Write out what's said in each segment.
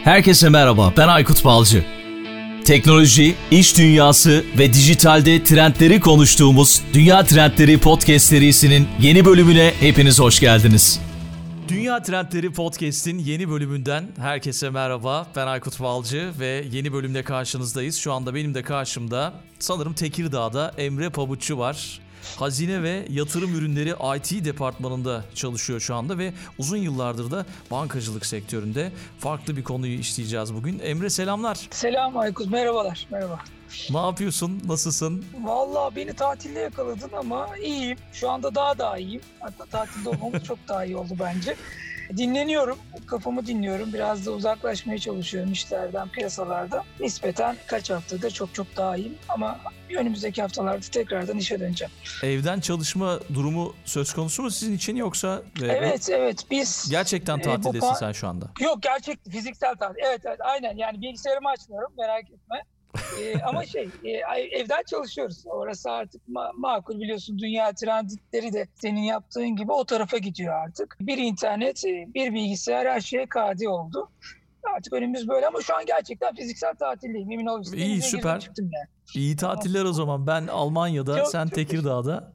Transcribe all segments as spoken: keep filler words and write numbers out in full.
Herkese merhaba, ben Aykut Balcı. Teknoloji, iş dünyası ve dijitalde trendleri konuştuğumuz Dünya Trendleri Podcast serisinin yeni bölümüne hepiniz hoş geldiniz. Dünya Trendleri Podcast'in yeni bölümünden herkese merhaba. Ben Aykut Balcı ve yeni bölümde karşınızdayız. Şu anda benim de karşımda sanırım Tekirdağ'da Emre Pabuççu var. Hazine ve yatırım ürünleri I T departmanında çalışıyor şu anda ve uzun yıllardır da bankacılık sektöründe. Farklı bir konuyu işleyeceğiz bugün. Emre selamlar. Selam Aykut, merhabalar. Merhaba. Ne yapıyorsun? Nasılsın? Vallahi beni tatilde yakaladın ama iyiyim. Şu anda daha da iyiyim. Hatta tatilde olmamız çok daha iyi oldu bence. Dinleniyorum, kafamı dinliyorum. Biraz da uzaklaşmaya çalışıyorum işlerden, piyasalardan. Nispeten kaç haftadır çok çok daha iyiyim. Ama önümüzdeki haftalarda tekrardan işe döneceğim. Evden çalışma durumu söz konusu mu sizin için yoksa? Evet, evet. Biz gerçekten tatildesin e, sen şu anda. Yok, gerçek fiziksel tatil. Evet, evet, aynen. Yani bilgisayarımı açmıyorum, merak etme. ee, ama şey e, evden çalışıyoruz. Orası artık ma- makul, biliyorsun, dünya trendleri de senin yaptığın gibi o tarafa gidiyor artık. Bir internet, bir bilgisayar, her şeye kadi oldu. Artık önümüz böyle ama şu an gerçekten fiziksel tatildeyim. Emin olabilirsin. İyi, süper. Yani. İyi tatiller o zaman. Ben Almanya'da, çok, sen çok Tekirdağ'da.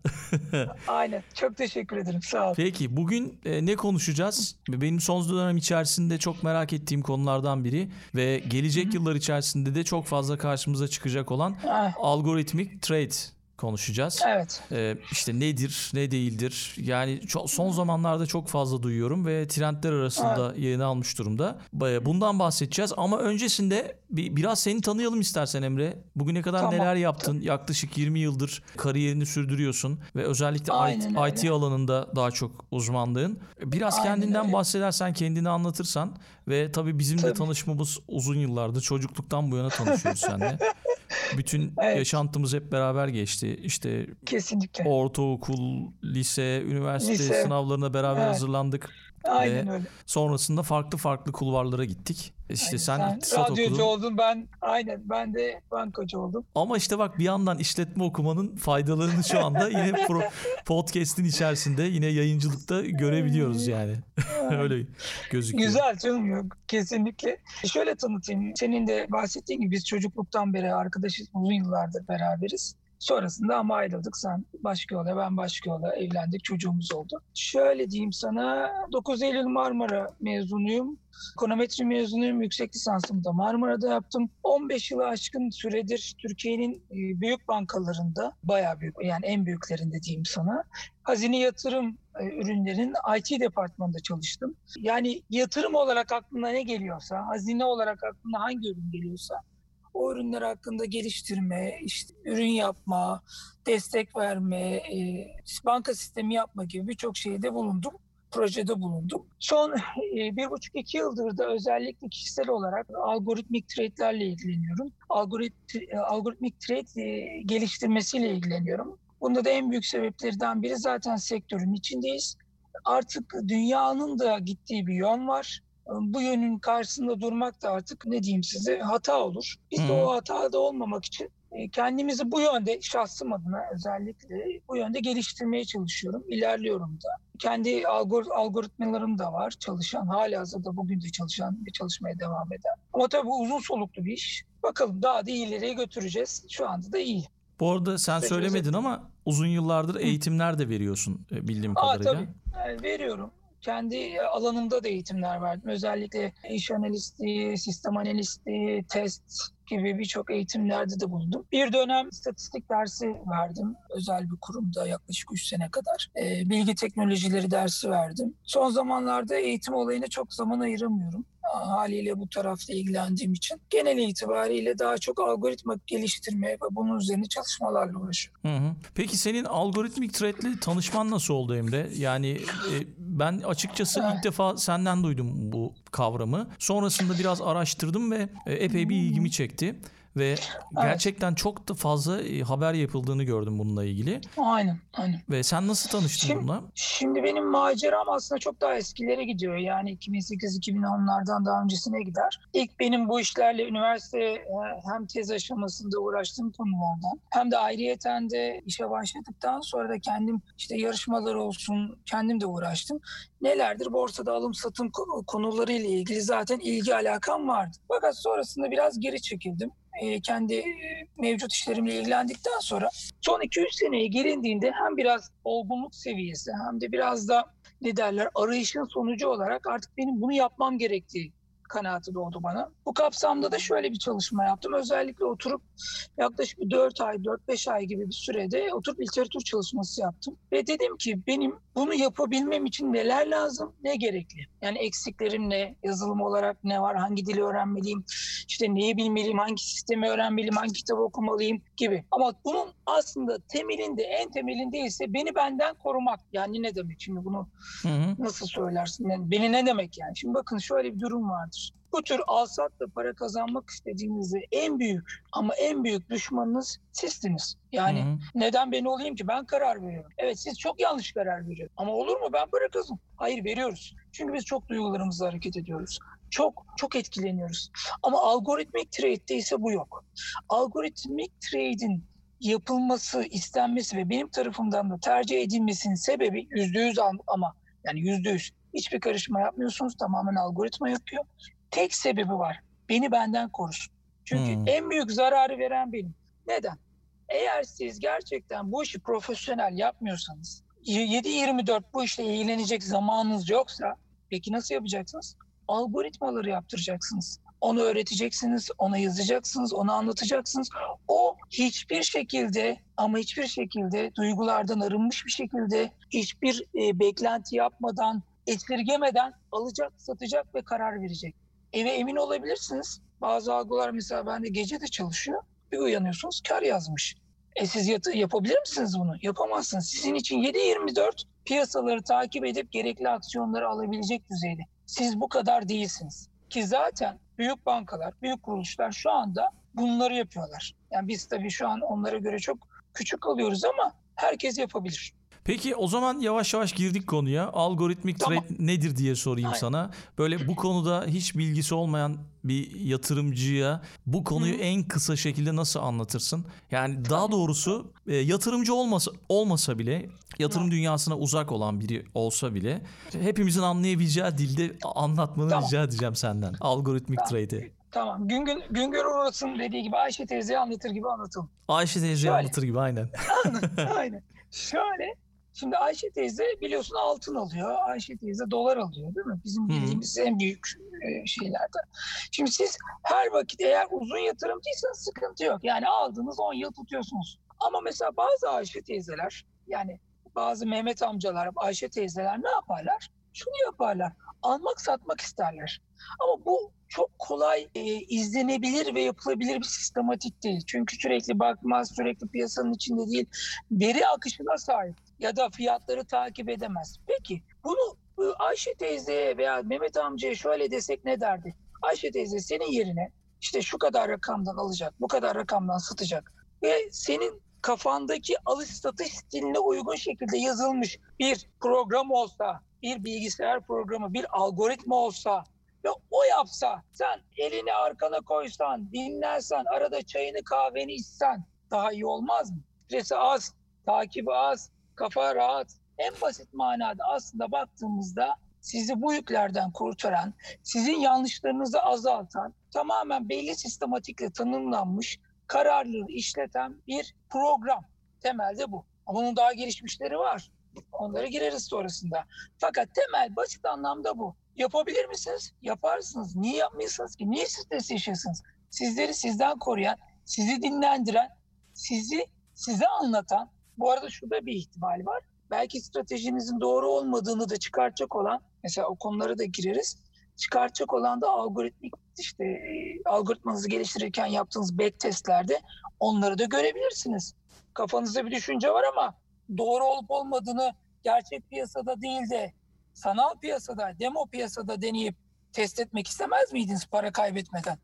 Aynen. Çok teşekkür ederim. Sağ ol. Peki bugün e, ne konuşacağız? Benim son dönem içerisinde çok merak ettiğim konulardan biri ve gelecek Hı-hı. yıllar içerisinde de çok fazla karşımıza çıkacak olan ah. algoritmik trade konuşacağız. Evet. Ee, işte nedir, ne değildir? Yani çok, son zamanlarda çok fazla duyuyorum ve trendler arasında evet. yerini almış durumda. Bundan bahsedeceğiz ama öncesinde bir, biraz seni tanıyalım istersen Emre. Bugüne kadar tamam. neler yaptın? Tamam. Yaklaşık yirmi yıldır kariyerini sürdürüyorsun ve özellikle I T alanında daha çok uzmanlığın. Biraz Aynen kendinden öyle. bahsedersen, kendini anlatırsan ve tabii bizim tabii. de tanışmamız uzun yıllardır. Çocukluktan bu yana tanışıyoruz seninle. Bütün evet. yaşantımız hep beraber geçti. İşte kesinlikle. Ortaokul, lise, üniversite lise. sınavlarına beraber evet. hazırlandık. Aynen ve öyle. Sonrasında farklı farklı kulvarlara gittik. İşte aynen. sen, sen iktisat radyocu okudun. oldun, ben aynen ben de bankacı oldum. Ama işte bak, bir yandan işletme okumanın faydalarını şu anda yine pro, podcast'in içerisinde, yine yayıncılıkta görebiliyoruz yani. Öyle gözüküyor. Güzel canım, yok kesinlikle. Şöyle tanıtayım. Senin de bahsettiğin gibi biz çocukluktan beri arkadaşız, uzun yıllardır beraberiz. Sonrasında ama ayrıldık. Sen başka yola, ben başka yola, evlendik, çocuğumuz oldu. Şöyle diyeyim sana, dokuz Eylül Marmara mezunuyum. Ekonometri mezunuyum. Yüksek lisansımı da Marmara'da yaptım. on beş yılı aşkın süredir Türkiye'nin büyük bankalarında, bayağı büyük, yani en büyüklerinde diyeyim sana, hazine yatırım ürünlerin I T departmanında çalıştım. Yani yatırım olarak aklına ne geliyorsa, hazine olarak aklına hangi ürün geliyorsa, o ürünler hakkında geliştirme, işte ürün yapma, destek verme, e, banka sistemi yapma gibi birçok şeyde bulundum. Projede bulundum. Son e, bir buçuk iki yıldır da özellikle kişisel olarak algoritmik trade'lerle ilgileniyorum. Algorit, e, algoritmik trade e, geliştirmesiyle ilgileniyorum. Bunda da en büyük sebeplerinden biri, zaten sektörün içindeyiz. Artık dünyanın da gittiği bir yön var. Bu yönün karşısında durmak da artık, ne diyeyim size, hata olur. Biz de o hatada olmamak için kendimizi bu yönde, şahsım adına özellikle bu yönde geliştirmeye çalışıyorum. İlerliyorum da. Kendi algor- algoritmalarım da var çalışan, halihazırda bugün de çalışan ve çalışmaya devam eden. Ama tabii bu uzun soluklu bir iş. Bakalım daha da ileriye götüreceğiz. Şu anda da iyi. Bu arada sen Peki, söylemedin ama uzun yıllardır eğitimler de veriyorsun bildiğim kadarıyla. Aa, tabii yani veriyorum. Kendi alanımda da eğitimler verdim. Özellikle iş analisti, sistem analisti, test gibi birçok eğitimlerde de bulundum. Bir dönem istatistik dersi verdim. Özel bir kurumda yaklaşık üç sene kadar. E, bilgi teknolojileri dersi verdim. Son zamanlarda eğitim olayına çok zaman ayıramıyorum. Haliyle bu tarafta ilgilendiğim için genel itibariyle daha çok algoritma geliştirme ve bunun üzerine çalışmalarla uğraşıyorum. Hı hı. Peki senin algoritmik trade'le tanışman nasıl oldu Emre? Yani e, ben açıkçası ilk defa senden duydum bu kavramı. Sonrasında biraz araştırdım ve e, epey bir ilgimi çekti. Ve Evet. gerçekten çok da fazla e, haber yapıldığını gördüm bununla ilgili. Aynen, aynen. Ve sen nasıl tanıştın Şimdi, bununla? şimdi benim maceram aslında çok daha eskilere gidiyor. Yani iki bin sekiz iki bin onlardan daha öncesine gider. İlk benim bu işlerle üniversite e, hem tez aşamasında uğraştığım konulardan hem de ayrıyeten de işe başladıktan sonra da kendim işte yarışmalar olsun kendim de uğraştım. Nelerdir? Borsada alım satım konuları ile ilgili zaten ilgi alakam vardı. Fakat sonrasında biraz geri çekildim. E, kendi mevcut işlerimle ilgilendikten sonra son iki üç seneye girildiğinde hem biraz olgunluk seviyesi hem de biraz da ne derler arayışın sonucu olarak artık benim bunu yapmam gerektiği kanaati doğdu bana. Bu kapsamda da şöyle bir çalışma yaptım. Özellikle oturup yaklaşık dört ay, dört beş ay gibi bir sürede oturup literatür çalışması yaptım. Ve dedim ki benim bunu yapabilmem için neler lazım, ne gerekli? Yani eksiklerim ne, yazılım olarak ne var, hangi dili öğrenmeliyim, işte neyi bilmeliyim, hangi sistemi öğrenmeliyim, hangi kitabı okumalıyım gibi. Ama bunun aslında temelinde, en temelinde ise beni benden korumak. Yani ne demek şimdi bunu Hı hı. nasıl söylersin? Yani beni ne demek yani? Şimdi bakın şöyle bir durum vardır. Bu tür alsatla para kazanmak istediğinizde en büyük ama en büyük düşmanınız sizsiniz. Yani Hı hı. neden ben olayım ki? Ben karar veriyorum. Evet siz çok yanlış karar veriyorsunuz. Ama olur mu ben para kazanım? Hayır veriyoruz. Çünkü biz çok duygularımızla hareket ediyoruz. Çok çok etkileniyoruz. Ama algoritmik trade'de ise bu yok. Algoritmik trade'in yapılması, istenmesi ve benim tarafımdan da tercih edilmesinin sebebi yüzde yüz ama yani yüzde yüz hiçbir karışma yapmıyorsunuz. Tamamen algoritma yapıyor. Tek sebebi var. Beni benden korusun. Çünkü Hmm. en büyük zararı veren benim. Neden? Eğer siz gerçekten bu işi profesyonel yapmıyorsanız, yedi yirmi dört bu işle ilgilenecek zamanınız yoksa, peki nasıl yapacaksınız? Algoritmaları yaptıracaksınız. Onu öğreteceksiniz, ona yazacaksınız, onu anlatacaksınız. O hiçbir şekilde ama hiçbir şekilde duygulardan arınmış bir şekilde, hiçbir e, beklenti yapmadan, esirgemeden alacak, satacak ve karar verecek. Eve emin olabilirsiniz. Bazı algolar mesela bende gece de çalışıyor. Bir uyanıyorsunuz kar yazmış. E siz yat- yapabilir misiniz bunu? Yapamazsınız. Sizin için yedi yirmi dört piyasaları takip edip gerekli aksiyonları alabilecek düzeyde. Siz bu kadar değilsiniz. Ki zaten büyük bankalar, büyük kuruluşlar şu anda bunları yapıyorlar. Yani biz tabii şu an onlara göre çok küçük kalıyoruz ama herkes yapabilir. Peki o zaman yavaş yavaş girdik konuya. Algoritmik Tamam. trade nedir diye sorayım Aynen. sana. Böyle bu konuda hiç bilgisi olmayan bir yatırımcıya bu konuyu Hı-hı. en kısa şekilde nasıl anlatırsın? Yani daha doğrusu e, yatırımcı olmasa olmasa bile, yatırım Hı. dünyasına uzak olan biri olsa bile hepimizin anlayabileceği dilde anlatmanı Tamam. rica edeceğim senden. Algoritmik Tamam. trade'i. Tamam. Güngör, Güngör Oras'ın dediği gibi Ayşe teyzeyi anlatır gibi anlatalım. Ayşe teyze Şöyle. anlatır gibi aynen. Aynen. Şöyle. Şimdi Ayşe teyze biliyorsun altın alıyor. Ayşe teyze dolar alıyor değil mi? Bizim bildiğimiz en büyük e, şeylerden. Şimdi siz her vakit eğer uzun yatırımcıysanız sıkıntı yok. Yani aldığınız on yıl tutuyorsunuz. Ama mesela bazı Ayşe teyzeler yani bazı Mehmet amcalar, Ayşe teyzeler ne yaparlar? Şunu yaparlar. Almak satmak isterler. Ama bu çok kolay e, izlenebilir ve yapılabilir bir sistematik değil. Çünkü sürekli bakmaz, sürekli piyasanın içinde değil. Veri akışına sahip ya da fiyatları takip edemez. Peki bunu e, Ayşe teyzeye veya Mehmet amcaya şöyle desek ne derdi? Ayşe teyze senin yerine işte şu kadar rakamdan alacak, bu kadar rakamdan satacak ve senin kafandaki alış satış stiline uygun şekilde yazılmış bir program olsa, bir bilgisayar programı, bir algoritma olsa ve o yapsa, sen elini arkana koysan, dinlersen, arada çayını kahveni içsen daha iyi olmaz mı? Stresi az, takibi az, kafa rahat. En basit manada aslında baktığımızda sizi bu yüklerden kurtaran, sizin yanlışlarınızı azaltan, tamamen belli sistematikle tanımlanmış, kararlılığı işleten bir program. Temelde bu. Ama bunun daha gelişmişleri var. Onlara gireriz sonrasında. Fakat temel basit anlamda bu. Yapabilir misiniz? Yaparsınız. Niye yapmıyorsunuz ki? Niye stres yaşıyorsunuz? Sizleri sizden koruyan, sizi dinlendiren, sizi size anlatan, bu arada şurada bir ihtimal var. Belki stratejinizin doğru olmadığını da çıkartacak olan, mesela o konulara da gireriz. Çıkartacak olan da algoritmik işte e, algoritmanızı geliştirirken yaptığınız backtestlerde onları da görebilirsiniz. Kafanızda bir düşünce var ama doğru olup olmadığını gerçek piyasada değil de sanal piyasada, demo piyasada deneyip test etmek istemez miydiniz para kaybetmeden?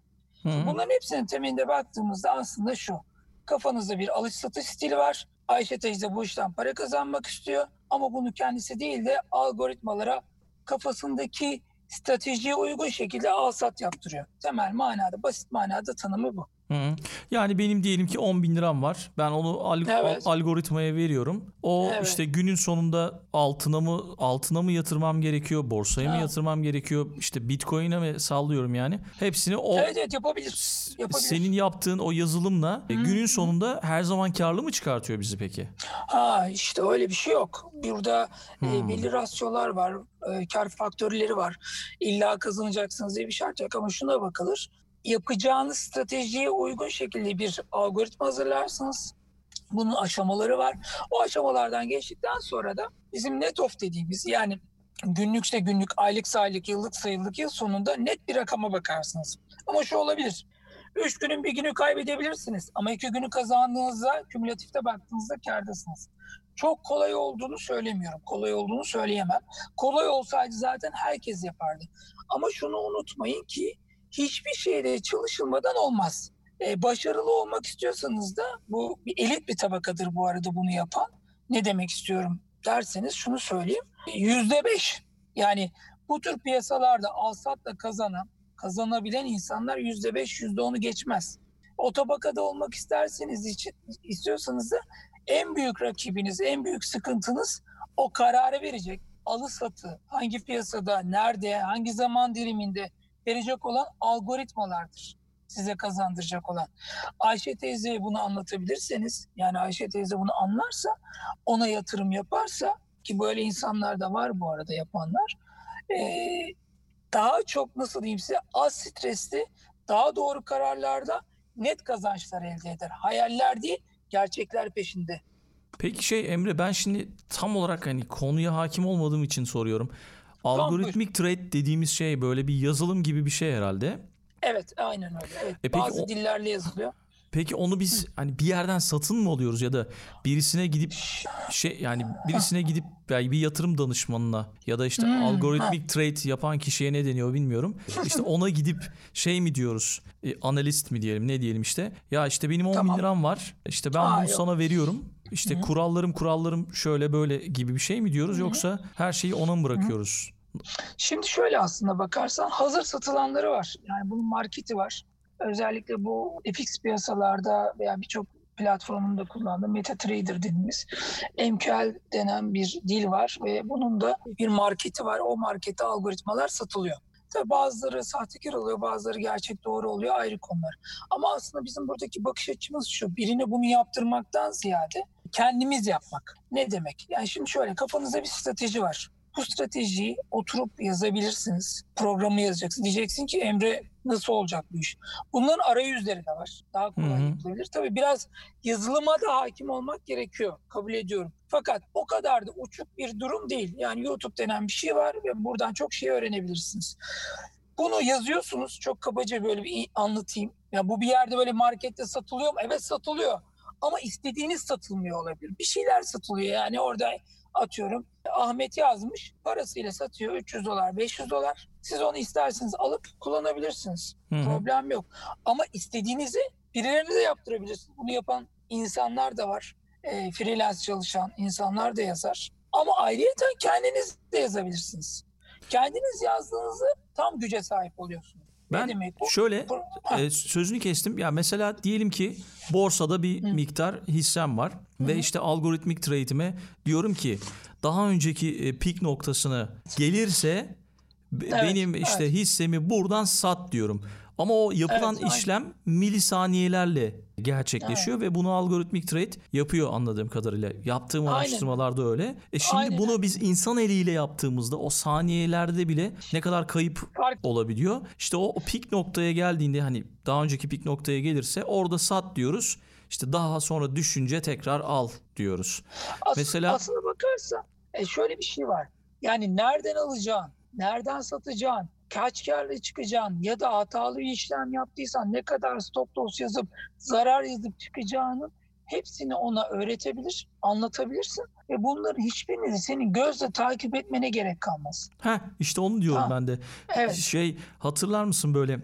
Hı hı. Bunların hepsinin temelinde baktığımızda aslında şu. Kafanızda bir alış satış stili var. Ayşe teyze bu işten para kazanmak istiyor. Ama bunu kendisi değil de algoritmalara kafasındaki stratejiye uygun şekilde al sat yaptırıyor. Temel manada, basit manada tanımı bu. Hı. Yani benim diyelim ki on bin liram var. Ben onu alg- Evet. algoritmaya veriyorum. O Evet. işte günün sonunda altına mı altına mı yatırmam gerekiyor, borsaya mı Ha. yatırmam gerekiyor, işte Bitcoin'e mi sallıyorum yani. Hepsini o Evet evet yapabilir. s- yapabilir. senin yaptığın o yazılımla e, günün sonunda her zaman karlı mı çıkartıyor bizi peki? Ha işte öyle bir şey yok. Burada e, Hmm. belli rasyolar var, e, kar faktörleri var. İlla kazanacaksınız diye bir şart yok ama şuna bakılır. Yapacağınız stratejiye uygun şekilde bir algoritma hazırlarsınız. Bunun aşamaları var. O aşamalardan geçtikten sonra da bizim net off dediğimiz yani günlükse günlük, aylıksa aylık, yıllıksa yıllık yıl sonunda net bir rakama bakarsınız. Ama şu olabilir. Üç günün bir günü kaybedebilirsiniz. Ama iki günü kazandığınızda kümülatifte baktığınızda kârdasınız. Çok kolay olduğunu söylemiyorum. Kolay olduğunu söyleyemem. Kolay olsaydı zaten herkes yapardı. Ama şunu unutmayın ki hiçbir şeyde çalışılmadan olmaz. Ee, başarılı olmak istiyorsanız da bu bir elit bir tabakadır bu arada bunu yapan. Ne demek istiyorum derseniz şunu söyleyeyim. Yüzde beş yani bu tür piyasalarda alsatla kazanan, kazanabilen insanlar yüzde beş, yüzde onu geçmez. O tabakada olmak isterseniz için istiyorsanız da en büyük rakibiniz, en büyük sıkıntınız o kararı verecek. Alı satı, hangi piyasada, nerede, hangi zaman diliminde verecek olan algoritmalardır. Size kazandıracak olan. Ayşe teyzeye bunu anlatabilirseniz, yani Ayşe teyze bunu anlarsa, ona yatırım yaparsa, ki böyle insanlar da var bu arada yapanlar, ee, daha çok nasıl diyeyim size az stresli, daha doğru kararlarda net kazançlar elde eder. Hayaller değil, gerçekler peşinde. Peki şey Emre, ben şimdi tam olarak hani konuya hakim olmadığım için soruyorum. Algoritmik trade dediğimiz şey böyle bir yazılım gibi bir şey herhalde. Evet, aynen öyle. Evet, E peki bazı o- dillerle yazılıyor. Peki onu biz hani bir yerden satın mı alıyoruz ya da birisine gidip şey yani birisine gidip yani bir yatırım danışmanına ya da işte Hmm, algoritmik trade yapan kişiye ne deniyor bilmiyorum. İşte ona gidip şey mi diyoruz, e, analist mi diyelim, ne diyelim işte. Ya işte benim on bin Tamam. liram var, işte ben Aa, bunu yok. sana veriyorum. İşte kurallarım kurallarım şöyle böyle gibi bir şey mi diyoruz, yoksa her şeyi ona mı bırakıyoruz? Şimdi şöyle aslında bakarsan hazır satılanları var. Yani bunun marketi var. Özellikle bu F X piyasalarda veya birçok platformunda kullandığı MetaTrader dediğimiz M Q L denen bir dil var ve bunun da bir marketi var. O markette algoritmalar satılıyor. Tabii bazıları sahtekar oluyor, bazıları gerçek doğru oluyor, ayrı konular. Ama aslında bizim buradaki bakış açımız şu: birine bunu yaptırmaktan ziyade kendimiz yapmak. Ne demek? Yani şimdi şöyle, kafanızda bir strateji var. Bu stratejiyi oturup yazabilirsiniz. Programı yazacaksın. Diyeceksin ki Emre nasıl olacak bu iş? Bunların arayüzleri de var. Daha kolay Hı hı. yapılabilir. Tabii biraz yazılıma da hakim olmak gerekiyor. Kabul ediyorum. Fakat o kadar da uçuk bir durum değil. Yani YouTube denen bir şey var ve buradan çok şey öğrenebilirsiniz. Bunu yazıyorsunuz. Çok kabaca böyle bir anlatayım. Ya bu bir yerde böyle markette satılıyor mu? Evet, satılıyor. Ama istediğiniz satılmıyor olabilir. Bir şeyler satılıyor. Yani orada atıyorum Ahmet yazmış, parasıyla satıyor üç yüz dolar, beş yüz dolar. Siz onu isterseniz alıp kullanabilirsiniz. Hı hı. Problem yok. Ama istediğinizi birilerine de yaptırabilirsiniz. Bunu yapan insanlar da var. E, freelance çalışan insanlar da yazar. Ama ayrıyeten kendiniz de yazabilirsiniz. Kendiniz yazdığınızda tam güce sahip oluyorsunuz. Ne Ben demek bu? şöyle Ha. e, sözünü kestim. Ya mesela diyelim ki borsada bir miktar hissem var ve işte algoritmik trade'ime diyorum ki daha önceki e, peak noktasına gelirse be- Evet, benim işte evet. hissemi buradan sat diyorum. Ama o yapılan Evet, aynen. işlem milisaniyelerle gerçekleşiyor ve bunu algoritmik trade yapıyor anladığım kadarıyla. Yaptığım Aynen. araştırmalarda öyle. E şimdi Aynen bunu öyle. biz insan eliyle yaptığımızda o saniyelerde bile ne kadar kayıp Fark- olabiliyor. İşte o, o pik noktaya geldiğinde, hani daha önceki pik noktaya gelirse orada sat diyoruz. İşte daha sonra düşünce tekrar al diyoruz. As- Mesela- aslına bakarsan e, şöyle bir şey var. Yani nereden alacaksın, nereden satacaksın, kaç karla çıkacaksın ya da hatalı bir işlem yaptıysan ne kadar stop loss yazıp zarar yazıp çıkacağını hepsini ona öğretebilir, anlatabilirsin ve bunların hiçbirini senin gözle takip etmene gerek kalmaz. Heh, işte onu diyorum Ha, ben de. evet. Şey, hatırlar mısın böyle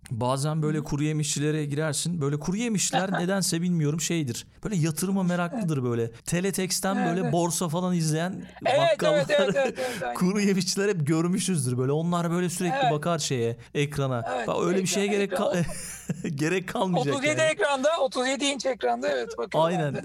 Bazen böyle kuru yemişçilere girersin. Böyle kuru yemişçiler nedense bilmiyorum şeydir. Böyle yatırıma meraklıdır böyle. Teletext'ten böyle Evet. borsa falan izleyen Evet, bakkallar. evet, evet, evet, evet, aynen. Kuru yemişçiler hep görmüşüzdür böyle. Onlar böyle sürekli Evet. bakar şeye, ekrana. Evet, Bak öyle bir şeye ekran- gerek ekran- ka- gerek kalmayacak otuz yedi yani. ekranda, otuz yedi inç ekranda evet bakıyorlar. Aynen.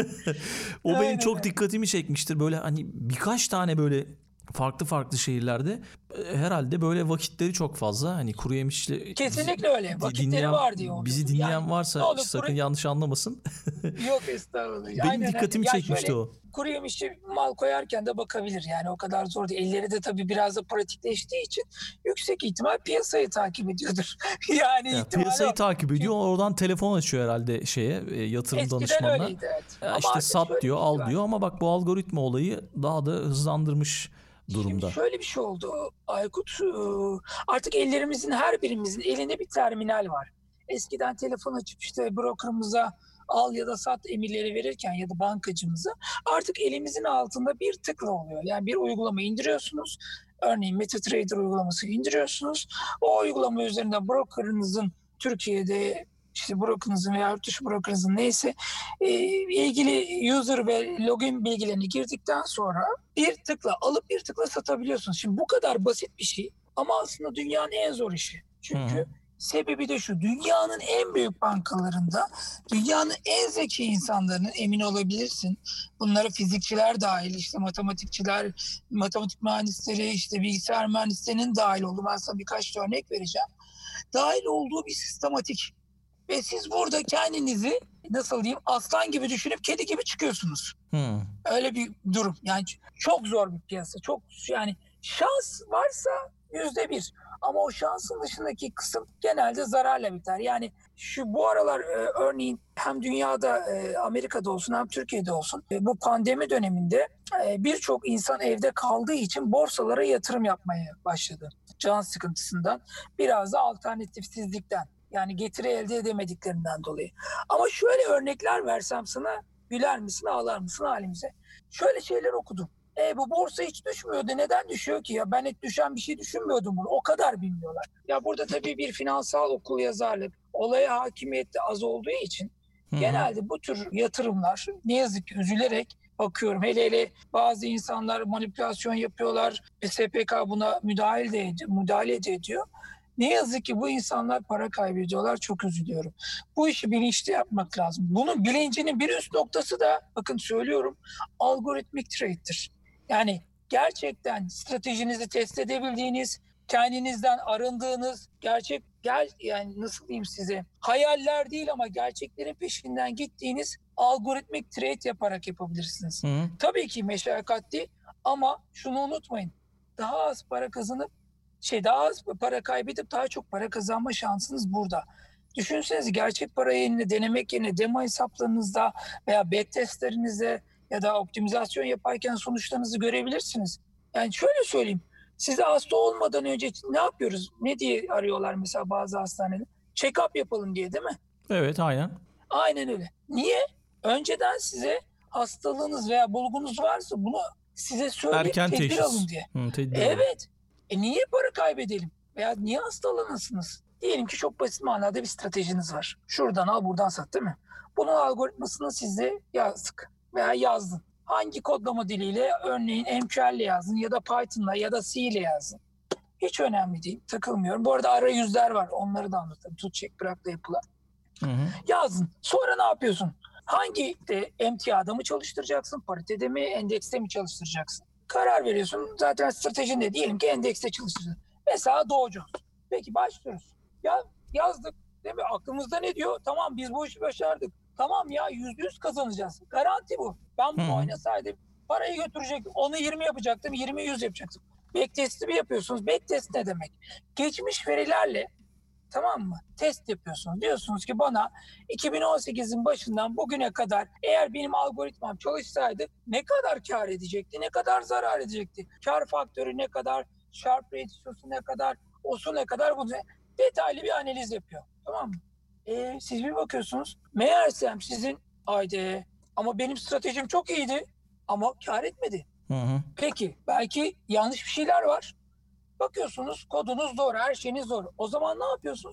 O benim Aynen çok öyle. dikkatimi çekmiştir. Böyle hani birkaç tane böyle farklı farklı şehirlerde e, herhalde böyle vakitleri çok fazla. Hani kuru yemişçi Kesinlikle öyle. Di- Vakitleri dinleyen, var diye oluyor. bizi dinleyen Yani varsa ne olur sakın kuru- yanlış anlamasın. Yok estağfurullah. Benim Aynen, dikkatimi aynen. Ya çekmişti şöyle, o. kuru yemişçi mal koyarken de bakabilir. Yani o kadar zor değil. Elleri de tabii biraz da pratikleştiği için yüksek ihtimal piyasayı takip ediyordur. yani Ya, ihtimali piyasayı o. takip ediyor. Oradan telefon açıyor herhalde şeye e, yatırım Eskiden danışmanına. öyleydi evet. Ya Ama işte artık sat şöyle diyor, bir şey al var. diyor ama bak bu algoritma olayı daha da hızlandırmış durumda. Şimdi şöyle bir şey oldu Aykut. Ee, Artık ellerimizin her birimizin elinde bir terminal var. Eskiden telefon açıp işte brokerımıza al ya da sat emirleri verirken ya da bankacımıza artık elimizin altında bir tıkla oluyor. Yani bir uygulama indiriyorsunuz. Örneğin MetaTrader uygulamasını indiriyorsunuz. O uygulama üzerinden brokerınızın Türkiye'de işte brokerınızın veya yurt dışı brokerınızın neyse e, ilgili user ve login bilgilerini girdikten sonra bir tıkla alıp bir tıkla satabiliyorsunuz. Şimdi bu kadar basit bir şey ama aslında dünyanın en zor işi. Çünkü Hı hı. sebebi de şu: dünyanın en büyük bankalarında dünyanın en zeki insanlarının, emin olabilirsin. Bunlara fizikçiler dahil, işte matematikçiler, matematik mühendisleri, işte bilgisayar mühendislerinin dahil olduğu, ben sana birkaç örnek vereceğim. Dahil olduğu bir sistematik. Ve siz burada kendinizi nasıl diyeyim aslan gibi düşünüp kedi gibi çıkıyorsunuz. Hı. Öyle bir durum. Yani çok zor bir piyasa. Çok yani şans varsa yüzde bir. Ama o şansın dışındaki kısım genelde zararla biter. Yani şu bu aralar e, örneğin hem dünyada e, Amerika'da olsun hem Türkiye'de olsun e, bu pandemi döneminde e, birçok insan evde kaldığı için borsalara yatırım yapmaya başladı. Can sıkıntısından, biraz da alternatifsizlikten. Yani getiri elde edemediklerinden dolayı. Ama şöyle örnekler versem sana, güler misin ağlar mısın halimize? Şöyle şeyler okudum. E bu borsa hiç düşmüyordu. Neden düşüyor ki ya? Ben hiç düşen bir şey düşünmüyordum bunu. O kadar bilmiyorlar. Ya burada tabii bir finansal okuryazarlık, olaya hakimiyet de az olduğu için Hı hı. genelde bu tür yatırımlar ne yazık ki üzülerek bakıyorum. Hele hele bazı insanlar manipülasyon yapıyorlar. S P K buna müdahale de ediyor, müdahale de ediyor. Ne yazık ki bu insanlar para kaybediyorlar. Çok üzülüyorum. Bu işi bilinçli yapmak lazım. Bunun bilincinin bir üst noktası da, bakın söylüyorum, algoritmik trade'tir. Yani gerçekten stratejinizi test edebildiğiniz, kendinizden arındığınız, gerçek gel yani nasıl diyeyim size, hayaller değil ama gerçeklerin peşinden gittiğiniz algoritmik trade yaparak yapabilirsiniz. Hı. Tabii ki meşakkatli ama şunu unutmayın. Daha az para kazanıp şey daha az para kaybedip daha çok para kazanma şansınız burada. Düşünsenize, gerçek para yerine denemek yerine demo hesaplarınızda veya backtestlerinizde ya da optimizasyon yaparken sonuçlarınızı görebilirsiniz. Yani şöyle söyleyeyim. Size hasta olmadan önce ne yapıyoruz? Ne diye arıyorlar mesela bazı hastaneler? Check-up yapalım diye, değil mi? Evet aynen. Aynen öyle. Niye? Önceden size hastalığınız veya bulgunuz varsa bunu size söyleyip Erken tedbir teşhis. alın diye. Hı, tedbir alın. Evet. E niye para kaybedelim? Veya niye hastalanırsınız? Diyelim ki çok basit manada bir stratejiniz var. Şuradan al, buradan sat, değil mi? Bunun algoritmasını size yazdık veya yazdın. Hangi kodlama diliyle? Örneğin M Q L ile yazdın ya da Python'la ya da C ile yazdın. Hiç önemli değil. Takılmıyorum. Bu arada arayüzler var. Onları da anlatayım. Tut, çek, bırakla yapılan. Hı hı. Yazdın. Sonra ne yapıyorsun? Hangi de, emtiada mı çalıştıracaksın? Paritede mi? Endekste mi çalıştıracaksın? Karar veriyorsun. Zaten stratejin de diyelim ki endekste çalıştıracaksın. Mesela Dow Jones. Peki başlıyoruz. Ya yazdık. Değil mi? Aklımızda ne diyor? Tamam, biz bu işi başardık. Tamam ya, yüzde yüz kazanacağız. Garanti bu. Ben bunu Hı. oynasaydım parayı götürecektim. Onu yirmi yapacaktım. yirmi yüz yapacaktım. Backtest'i mi yapıyorsunuz? Backtest ne demek? Geçmiş verilerle, tamam mı, test yapıyorsunuz. Diyorsunuz ki bana iki bin on sekizin başından bugüne kadar eğer benim algoritmam çalışsaydı ne kadar kar edecekti, ne kadar zarar edecekti? Kar faktörü ne kadar, Sharpe ratio'su ne kadar, osu ne kadar, bu detaylı bir analiz yapıyor. Tamam mı? E, siz bir bakıyorsunuz meğersem sizin haydi ama benim stratejim çok iyiydi ama kar etmedi. Hı hı. Peki belki yanlış bir şeyler var. Bakıyorsunuz kodunuz doğru, her şeyiniz doğru. O zaman ne yapıyorsunuz?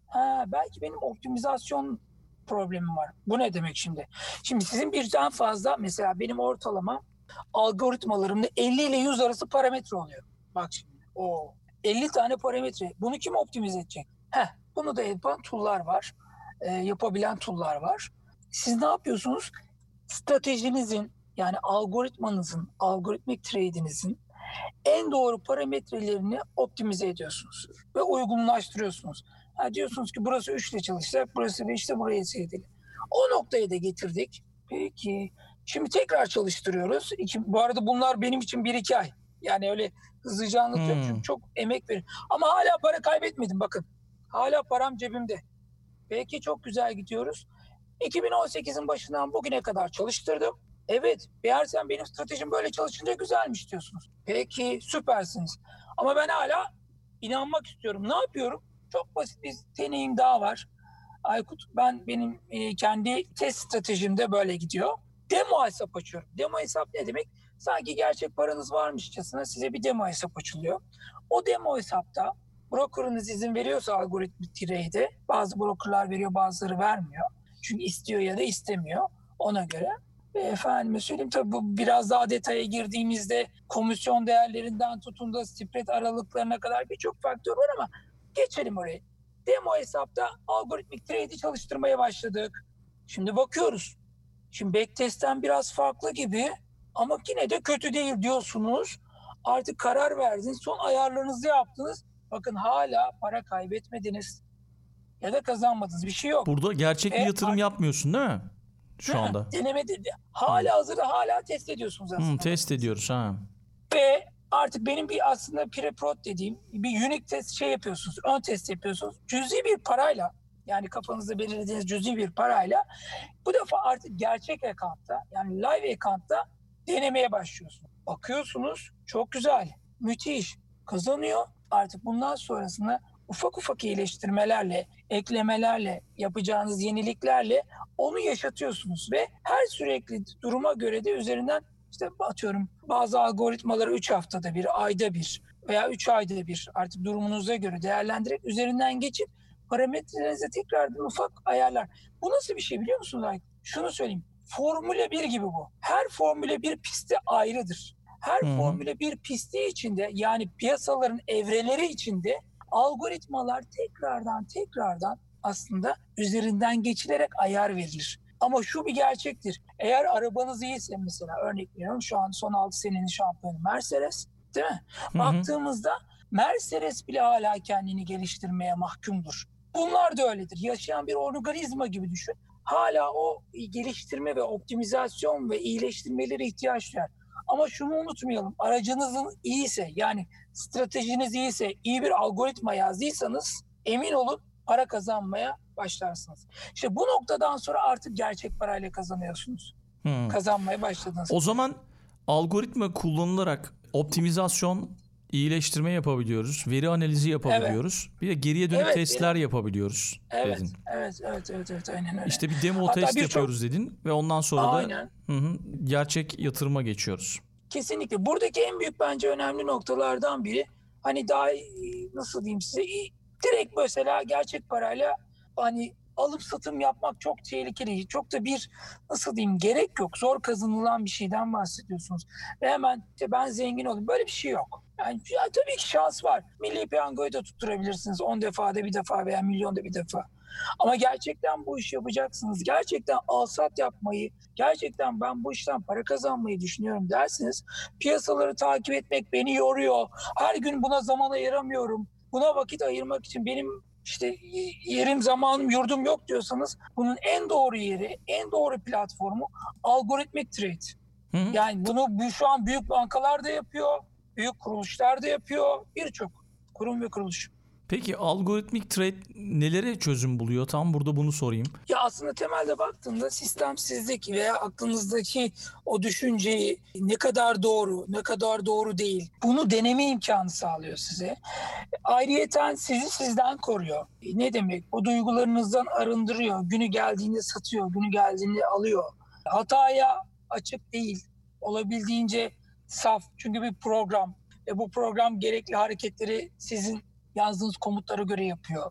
Ha, belki benim optimizasyon problemim var. Bu ne demek şimdi? Şimdi sizin birden fazla, mesela benim ortalama algoritmalarımda elli ile yüz arası parametre oluyor. Bak şimdi. O elli tane parametre. Bunu kim optimize edecek? Heh, bunu da yapan tool'lar var. E, yapabilen tool'lar var. Siz ne yapıyorsunuz? Stratejinizin, yani algoritmanızın, algoritmik trade'inizin en doğru parametrelerini optimize ediyorsunuz ve uygunlaştırıyorsunuz. Ha, diyorsunuz ki burası üç ile çalışacak, burası beş ile, buraya yedi. O noktaya da getirdik. Peki, şimdi tekrar çalıştırıyoruz. İki, bu arada bunlar benim için bir iki ay. Yani öyle hızlıca anlatıyorum Hmm. çünkü çok emek veriyorum. Ama hala para kaybetmedim, bakın. Hala param cebimde. Peki, çok güzel gidiyoruz. iki bin on sekizin başından bugüne kadar çalıştırdım. Evet, meğersem benim stratejim böyle çalışınca güzelmiş diyorsunuz. Peki, süpersiniz. Ama ben hala inanmak istiyorum. Ne yapıyorum? Çok basit bir deneyim daha var. Aykut, ben benim e, kendi test stratejimde böyle gidiyor. Demo hesap açıyorum. Demo hesap ne demek? Sanki gerçek paranız varmışçasına size bir demo hesap açılıyor. O demo hesapta brokerınız izin veriyorsa algoritmik trade'e, bazı brokerlar veriyor, bazıları vermiyor. Çünkü istiyor ya da istemiyor, ona göre. E, efendime söyleyeyim, tabii bu biraz daha detaya girdiğimizde komisyon değerlerinden tutun da spread aralıklarına kadar birçok faktör var ama geçelim oraya. Demo hesapta algoritmik trade'i çalıştırmaya başladık. Şimdi bakıyoruz. Şimdi backtest'ten biraz farklı gibi ama yine de kötü değil diyorsunuz. Artık karar verdiniz, son ayarlarınızı yaptınız. Bakın, hala para kaybetmediniz ya da kazanmadınız, bir şey yok. Burada gerçek bir E, yatırım artık- yapmıyorsun değil mi? Şu anda. Deneme dedi. Hala hazırda, hala test ediyorsunuz aslında. Hmm, test ediyoruz ha. Ve artık benim bir aslında pre-prod dediğim bir unique test şey yapıyorsunuz. Ön test yapıyorsunuz. Cüzi bir parayla, yani kafanızda belirlediğiniz cüzi bir parayla bu defa artık gerçek account'ta, yani live account'ta denemeye başlıyorsunuz. Bakıyorsunuz, çok güzel, müthiş, kazanıyor. Artık bundan sonrasında ufak ufak iyileştirmelerle, eklemelerle, yapacağınız yeniliklerle onu yaşatıyorsunuz ve her sürekli duruma göre de üzerinden, işte atıyorum, bazı algoritmaları üç haftada bir, ayda bir veya üç ayda bir, artık durumunuza göre değerlendirerek üzerinden geçip parametrelerinize tekrardan ufak ayarlar. Bu nasıl bir şey biliyor musunuz? Şunu söyleyeyim. Formula bir gibi bu. Her Formula bir pisti ayrıdır. Her Hı-hı. Formula bir pisti içinde, yani piyasaların evreleri içinde algoritmalar tekrardan tekrardan aslında üzerinden geçilerek ayar verilir. Ama şu bir gerçektir. Eğer arabanız iyiyse, mesela örnek veriyorum, şu an son altı senenin şampiyonu Mercedes, değil mi? Hı hı. Baktığımızda Mercedes bile hala kendini geliştirmeye mahkumdur. Bunlar da öyledir. Yaşayan bir organizma gibi düşün. Hala o geliştirme ve optimizasyon ve iyileştirmeleri ihtiyaç duyar. Ama şunu unutmayalım. Aracınızın iyiyse, yani stratejiniz iyiyse, iyi bir algoritma yazdıysanız emin olun para kazanmaya başlarsınız. İşte bu noktadan sonra artık gerçek parayla kazanıyorsunuz. Hmm. Kazanmaya başladınız. O zaman algoritma kullanılarak optimizasyon, iyileştirme yapabiliyoruz. Veri analizi yapabiliyoruz. Bir de geriye dönük Evet, testler veri- yapabiliyoruz Evet, dedin. evet, evet, evet, evet, aynen öyle. İşte bir demo Hatta test birçok- yapıyoruz dedin ve ondan sonra da Aynen. hı hı, gerçek yatırıma geçiyoruz. Kesinlikle. Buradaki en büyük bence önemli noktalardan biri, hani daha e, nasıl diyeyim size, e, direkt mesela gerçek parayla hani alım satım yapmak çok tehlikeli. Çok da bir, nasıl diyeyim, gerek yok. Zor kazanılan bir şeyden bahsediyorsunuz. Ve hemen işte ben zengin olayım. Böyle bir şey yok. Yani ya, tabii ki şans var. Milli Piyango'yu da tutturabilirsiniz. on defada bir defa veya milyonda bir defa. Ama gerçekten bu işi yapacaksınız, gerçekten al-sat yapmayı, gerçekten ben bu işten para kazanmayı düşünüyorum dersiniz, piyasaları takip etmek beni yoruyor, her gün buna zaman ayıramıyorum, buna vakit ayırmak için benim işte yerim, zamanım, yurdum yok diyorsanız, bunun en doğru yeri, en doğru platformu algoritmik trade. Hı hı. Yani bunu bu- şu an büyük bankalar da yapıyor, büyük kuruluşlar da yapıyor, birçok kurum ve kuruluş. Peki algoritmik trade nelere çözüm buluyor? Tam burada bunu sorayım. Ya aslında temelde baktığında sistemsizlik veya aklınızdaki o düşünceyi ne kadar doğru, ne kadar doğru değil, bunu deneme imkanı sağlıyor size. Ayrıyeten sizi sizden koruyor. Ne demek? O duygularınızdan arındırıyor. Günü geldiğinde satıyor, günü geldiğinde alıyor. Hataya açık değil. Olabildiğince saf. Çünkü bir program ve bu program gerekli hareketleri sizin yazdığınız komutlara göre yapıyor.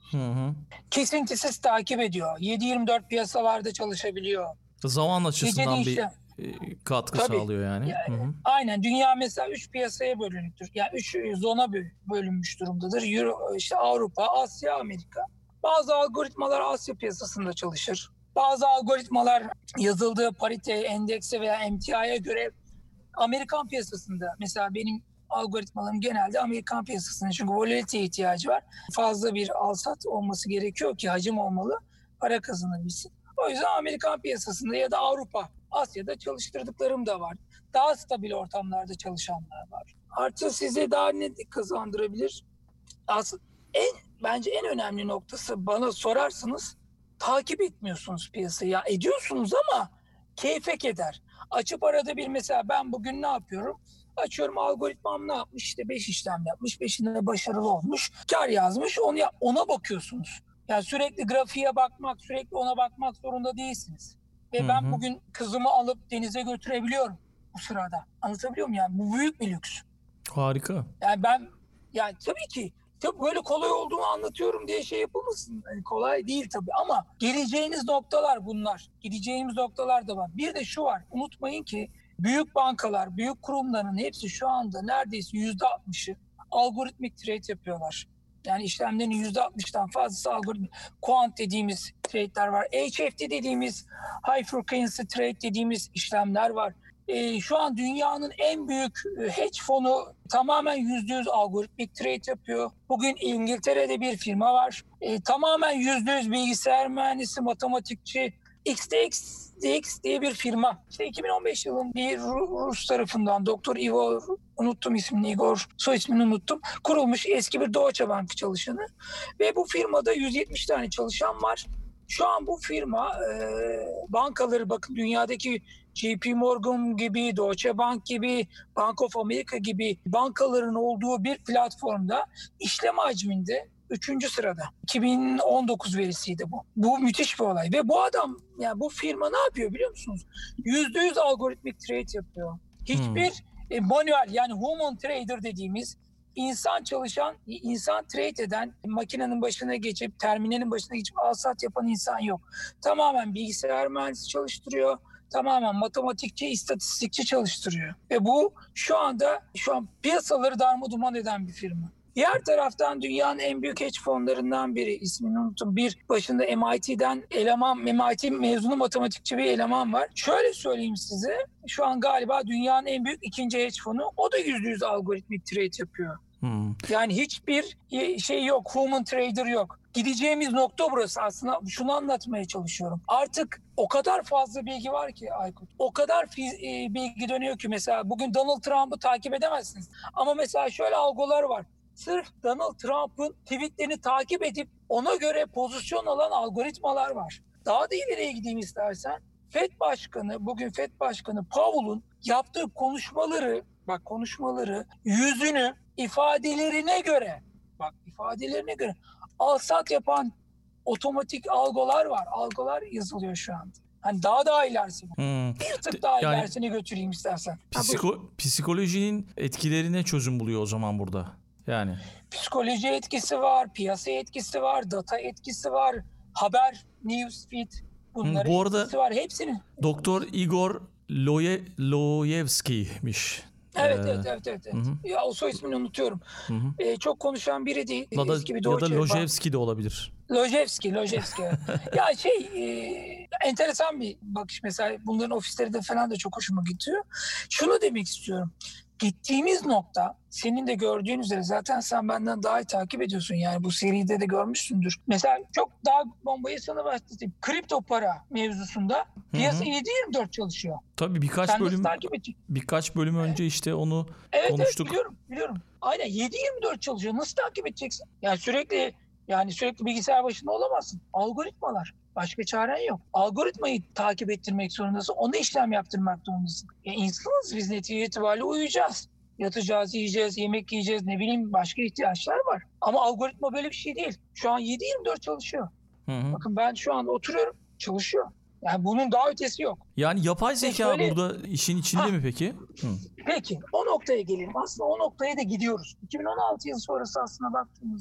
Hı hı. Kesintisiz takip ediyor. yedi yirmi dört piyasalarda çalışabiliyor. Zaman açısından Gece bir işte, e, katkı tabii. sağlıyor yani. Ya, Hı hı. aynen, dünya mesela üç piyasaya bölünmüştür. Yani üç zona bölünmüş durumdadır. Euro, işte Avrupa, Asya, Amerika. Bazı algoritmalar Asya piyasasında çalışır. Bazı algoritmalar yazıldığı parite, endekse veya M T I'ye göre Amerikan piyasasında. Mesela benim algoritmalarım genelde Amerikan piyasasında. Çünkü volatiliteye ihtiyacı var. Fazla bir alsat olması gerekiyor ki hacim olmalı, para kazanabilsin. O yüzden Amerikan piyasasında ya da Avrupa, Asya'da çalıştırdıklarım da var. Daha stabil ortamlarda çalışanlar var. Artı size daha ne kazandırabilir? Aslında en, bence en önemli noktası, bana sorarsınız, takip etmiyorsunuz piyasayı. Ya ediyorsunuz ama keyfe keder. Açıp arada bir, mesela ben bugün ne yapıyorum? Açıyorum, algoritmam ne yapmış? İşte beş işlem yapmış. beşinde başarılı olmuş. Kar yazmış. Onu ya, ona bakıyorsunuz. Yani sürekli grafiğe bakmak, sürekli ona bakmak zorunda değilsiniz. Ve Hı ben hı. bugün kızımı alıp denize götürebiliyorum bu sırada. Anlatabiliyor muyum? Yani bu büyük bir lüks. Harika. Yani ben, yani tabii ki tabii böyle kolay olduğunu anlatıyorum diye şey yapılmasın. Yani kolay değil tabii ama geleceğiniz noktalar bunlar. Gideceğimiz noktalar da var. Bir de şu var. Unutmayın ki büyük bankalar, büyük kurumların hepsi şu anda neredeyse yüzde altmışı algoritmik trade yapıyorlar. Yani işlemlerin yüzde altmıştan fazlası algoritmik. Quant dediğimiz trade'ler var. H F T dediğimiz high frequency trade dediğimiz işlemler var. E, şu an dünyanın en büyük hedge fonu tamamen yüzde yüz algoritmik trade yapıyor. Bugün İngiltere'de bir firma var. E, tamamen yüzde yüz bilgisayar mühendisi, matematikçi. X T X D X diye bir firma. İşte iki bin on beş yılın bir Rus tarafından Doktor Igor, unuttum ismini, Igor, soy ismini unuttum, kurulmuş eski bir Deutsche Bank çalışanı. Ve bu firmada yüz yetmiş tane çalışan var. Şu an bu firma e, bankaları, bakın dünyadaki J P Morgan gibi, Deutsche Bank gibi, Bank of America gibi bankaların olduğu bir platformda işlem hacminde üçüncü sırada. iki bin on dokuz verisiydi bu. Bu müthiş bir olay. Ve bu adam, yani bu firma ne yapıyor biliyor musunuz? yüzde yüz algoritmik trade yapıyor. Hiçbir hmm. e, manuel, yani human trader dediğimiz insan çalışan, insan trade eden, makinenin başına geçip, terminalin başına geçip alsat yapan insan yok. Tamamen bilgisayar mühendisi çalıştırıyor. Tamamen matematikçi, istatistikçi çalıştırıyor. Ve bu şu anda şu an piyasaları darmaduman eden bir firma. Diğer taraftan dünyanın en büyük hedge fonlarından biri, ismini unuttum. Bir başında M I T'den eleman, M I T mezunu matematikçi bir eleman var. Şöyle söyleyeyim size, şu an galiba dünyanın en büyük ikinci hedge fonu. O da yüzde yüz algoritmik trade yapıyor. Hmm. Yani hiçbir şey yok, human trader yok. Gideceğimiz nokta burası aslında. Şunu anlatmaya çalışıyorum. Artık o kadar fazla bilgi var ki Aykut. O kadar bilgi dönüyor ki, mesela bugün Donald Trump'ı takip edemezsiniz. Ama mesela şöyle algılar var. Sırf Donald Trump'ın tweetlerini takip edip ona göre pozisyon alan algoritmalar var. Daha da ileriye gideyim istersen. Fed Başkanı, bugün Fed Başkanı Powell'un yaptığı konuşmaları, bak konuşmaları, yüzünü ifadelerine göre, bak ifadelerine göre alsat yapan otomatik algolar var. Algolar yazılıyor şu anda. Hani daha daha ilerisine. Hmm. Bir tık daha yani, ilerisine götüreyim istersen. Psiko, psikolojinin etkilerine çözüm buluyor o zaman burada. Yani psikoloji etkisi var, piyasa etkisi var, data etkisi var, haber, newsfeed, bunların Bu arada, etkisi var. Hepsinin. Doktor Igor Loye, Loyevski'miş. Evet, ee, evet, evet, evet. evet. Ya, o soy ismini unutuyorum. Ee, çok konuşan biri değil. Ya da, Eski bir ya da Lojevski de olabilir. Lojevski, Lojevski. Ya şey, e, enteresan bir bakış mesela. Bunların ofisleri de falan da çok hoşuma gidiyor. Şunu demek istiyorum. Gittiğimiz nokta, senin de gördüğün üzere, zaten sen benden daha iyi takip ediyorsun, yani bu seride de görmüşsündür. Mesela çok daha bombayı sana bahsedeyim. Kripto para mevzusunda piyasa yedi yirmi dört çalışıyor. Tabii birkaç sen bölüm takip edeceksin? Birkaç bölüm önce işte onu evet, konuştuk. Evet biliyorum, biliyorum. Aynen yedi yirmi dört çalışıyor. Nasıl takip edeceksin? Yani sürekli yani sürekli bilgisayar başında olamazsın. Algoritmalar. Başka çaren yok. Algoritmayı takip ettirmek zorundasın. Ona işlem yaptırmak zorundasın. Ya insanız biz, netice itibariyle uyuyacağız. Yatacağız, yiyeceğiz, yemek yiyeceğiz, ne bileyim başka ihtiyaçlar var. Ama algoritma böyle bir şey değil. Şu an yedi yirmi dört çalışıyor. Hı hı. Bakın ben şu an oturuyorum, çalışıyor. Yani bunun daha ötesi yok. Yani yapay zeka böyle, burada işin içinde ha, mi peki? Hı. Peki o noktaya gelelim. Aslında o noktaya da gidiyoruz. iki bin on altı yılı sonrası aslında baktığımızda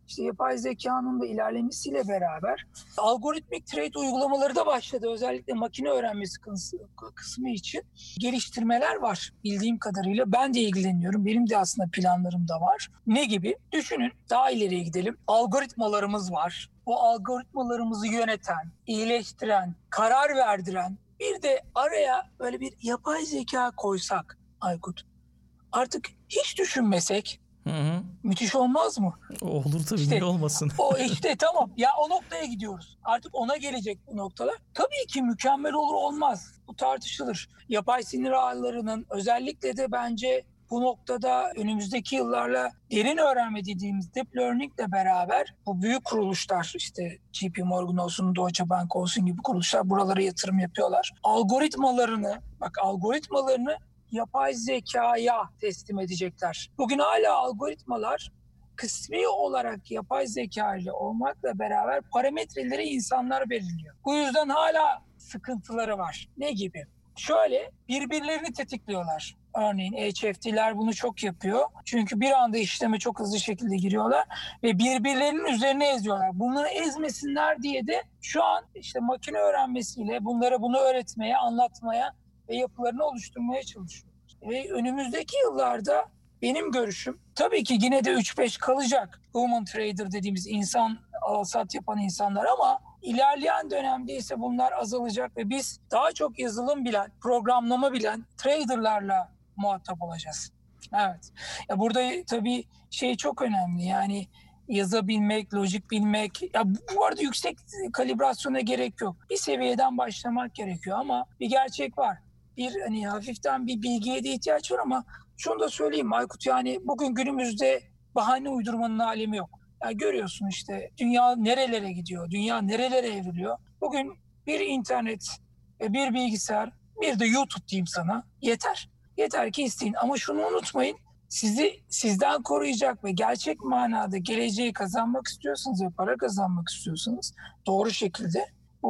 işte yapay zekanın da ilerlemesiyle beraber algoritmik trade uygulamaları da başladı. Özellikle makine öğrenmesi kısmı için geliştirmeler var bildiğim kadarıyla. Ben de ilgileniyorum. Benim de aslında planlarım da var. Ne gibi? Düşünün, daha ileriye gidelim. Algoritmalarımız var. O algoritmalarımızı yöneten, iyileştiren, karar verdiren, bir de araya böyle bir yapay zeka koysak Aykut, artık hiç düşünmesek, hı hı, müthiş olmaz mı? Olur tabii, İşte, niye olmasın? O işte tamam ya, o noktaya gidiyoruz. Artık ona gelecek bu noktalar. Tabii ki mükemmel olur olmaz. Bu tartışılır. Yapay sinir ağlarının özellikle de bence bu noktada önümüzdeki yıllarla derin öğrenme dediğimiz deep learning ile beraber bu büyük kuruluşlar, işte J P Morgan olsun, Deutsche Bank olsun gibi kuruluşlar buralara yatırım yapıyorlar. Algoritmalarını, bak algoritmalarını yapay zekaya teslim edecekler. Bugün hala algoritmalar kısmi olarak yapay zeka ile olmakla beraber parametreleri insanlar belirliyor. Bu yüzden hala sıkıntıları var. Ne gibi? Şöyle, birbirlerini tetikliyorlar. Örneğin H F T'ler bunu çok yapıyor. Çünkü bir anda işleme çok hızlı şekilde giriyorlar ve birbirlerinin üzerine eziyorlar. Bunları ezmesinler diye de şu an işte makine öğrenmesiyle bunlara bunu öğretmeye, anlatmaya ve yapılarını oluşturmaya çalışıyorlar. Ve önümüzdeki yıllarda benim görüşüm tabii ki yine de üç beş kalacak. Human trader dediğimiz insan alsat yapan insanlar, ama ilerleyen dönemde ise bunlar azalacak ve biz daha çok yazılım bilen, programlama bilen traderlarla muhatap olacağız. Evet. Ya burada tabii şey çok önemli. Yani yazabilmek, lojik bilmek. Ya bu arada yüksek kalibrasyona gerek yok. Bir seviyeden başlamak gerekiyor ama bir gerçek var. Bir hani hafiften bir bilgiye de ihtiyaç var ama şunu da söyleyeyim Aykut, yani bugün günümüzde bahane uydurmanın alemi yok. Yani görüyorsun işte dünya nerelere gidiyor, dünya nerelere evriliyor. Bugün bir internet, bir bilgisayar, bir de YouTube diyeyim sana, yeter. Yeter ki isteyin, ama şunu unutmayın, sizi sizden koruyacak ve gerçek manada geleceği kazanmak istiyorsanız ve para kazanmak istiyorsanız doğru şekilde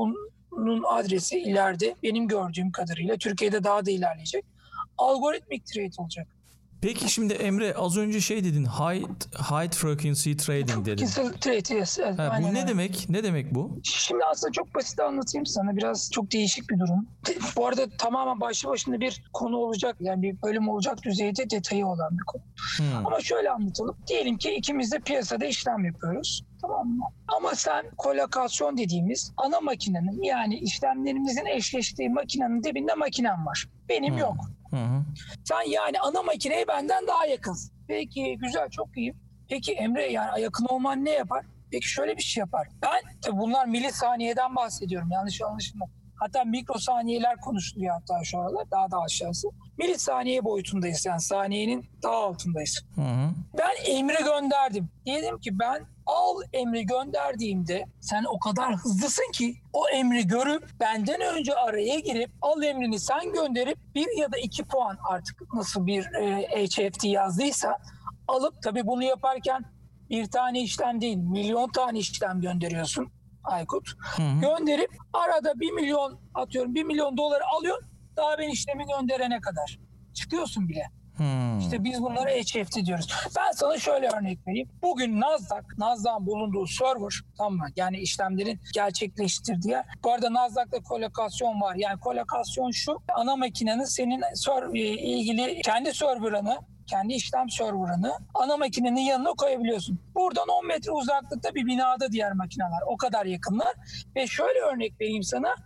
bunun adresi ileride benim gördüğüm kadarıyla Türkiye'de daha da ilerleyecek. Algoritmik trade olacak. Peki şimdi Emre, az önce şey dedin, high high frequency trading dedin. Trade, yes, evet, Ha, bu ne öyle. demek? Ne demek bu? Şimdi aslında çok basit anlatayım sana. Biraz çok değişik bir durum. Bu arada tamamen başlı başına bir konu olacak. Yani bir bölüm olacak düzeyde detayı olan bir konu. Hmm. Ama şöyle anlatalım. Diyelim ki ikimiz de piyasada işlem yapıyoruz. Tamam mı? Ama sen kolokasyon dediğimiz ana makinenin, yani işlemlerimizin eşleştiği makinenin dibinde makinen var. Benim Hmm. yok. Hı hı. Sen yani ana makineye benden daha yakınsın. Peki güzel, çok iyi. Peki Emre, yani yakın olman ne yapar? Peki şöyle bir şey yapar. Ben tabii bunlar milisaniyeden bahsediyorum, yanlış anlaşılma. Hatta mikrosaniyeler konuşuluyor hatta şu aralar, daha da aşağısı. Milisaniye boyutundayız, yani saniyenin daha altındayız. Hı hı. Ben emri gönderdim. Diyelim ki ben al emri gönderdiğimde sen o kadar hızlısın ki o emri görüp benden önce araya girip al emrini sen gönderip bir ya da iki puan, artık nasıl bir e, H F T yazdıysa alıp, tabii bunu yaparken bir tane işlem değil milyon tane işlem gönderiyorsun Aykut. Hı hı. Gönderip arada bir milyon, atıyorum bir milyon doları alıyorsun, daha ben işlemi gönderene kadar çıkıyorsun bile. Hmm. İşte biz bunlara H F T diyoruz. Ben sana şöyle örnek vereyim. Bugün Nasdaq, Nasdaq'ın bulunduğu server, tamam mı? Yani işlemlerin gerçekleştirdiği yer. Bu arada Nasdaq'ta kolokasyon var. Yani kolokasyon şu: ana makinenin senin ser- ilgili kendi server'ını, kendi işlem server'ını ana makinenin yanına koyabiliyorsun. Buradan on metre uzaklıkta bir binada diğer makineler. O kadar yakınlar. Ve şöyle örnek vereyim sana.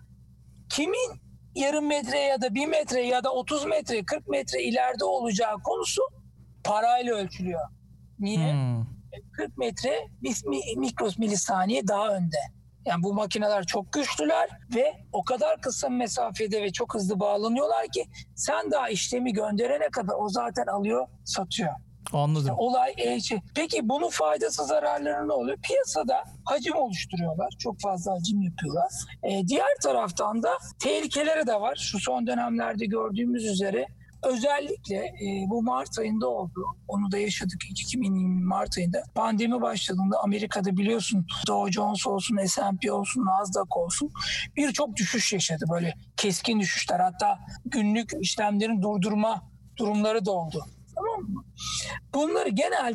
Kimin yarım metre ya da bir metre ya da otuz metre, kırk metre ileride olacağı konusu parayla ölçülüyor. Niye? Hmm. kırk metre bir mikros milisaniye daha önde. Yani bu makineler çok güçlüler ve o kadar kısa mesafede ve çok hızlı bağlanıyorlar ki sen daha işlemi gönderene kadar o zaten alıyor, satıyor. Anladım. Olay elçi. Peki bunun faydası zararları ne oluyor? Piyasada hacim oluşturuyorlar. Çok fazla hacim yapıyorlar. Ee, diğer taraftan da tehlikeleri de var. Şu son dönemlerde gördüğümüz üzere özellikle e, bu Mart ayında oldu. Onu da yaşadık iki bin yirmi Mart ayında. Pandemi başladığında Amerika'da biliyorsun Dow Jones olsun, S and P olsun, Nasdaq olsun birçok düşüş yaşadı. Böyle keskin düşüşler. Hatta günlük işlemlerin durdurma durumları da oldu. Tamam mı? Bunları genelde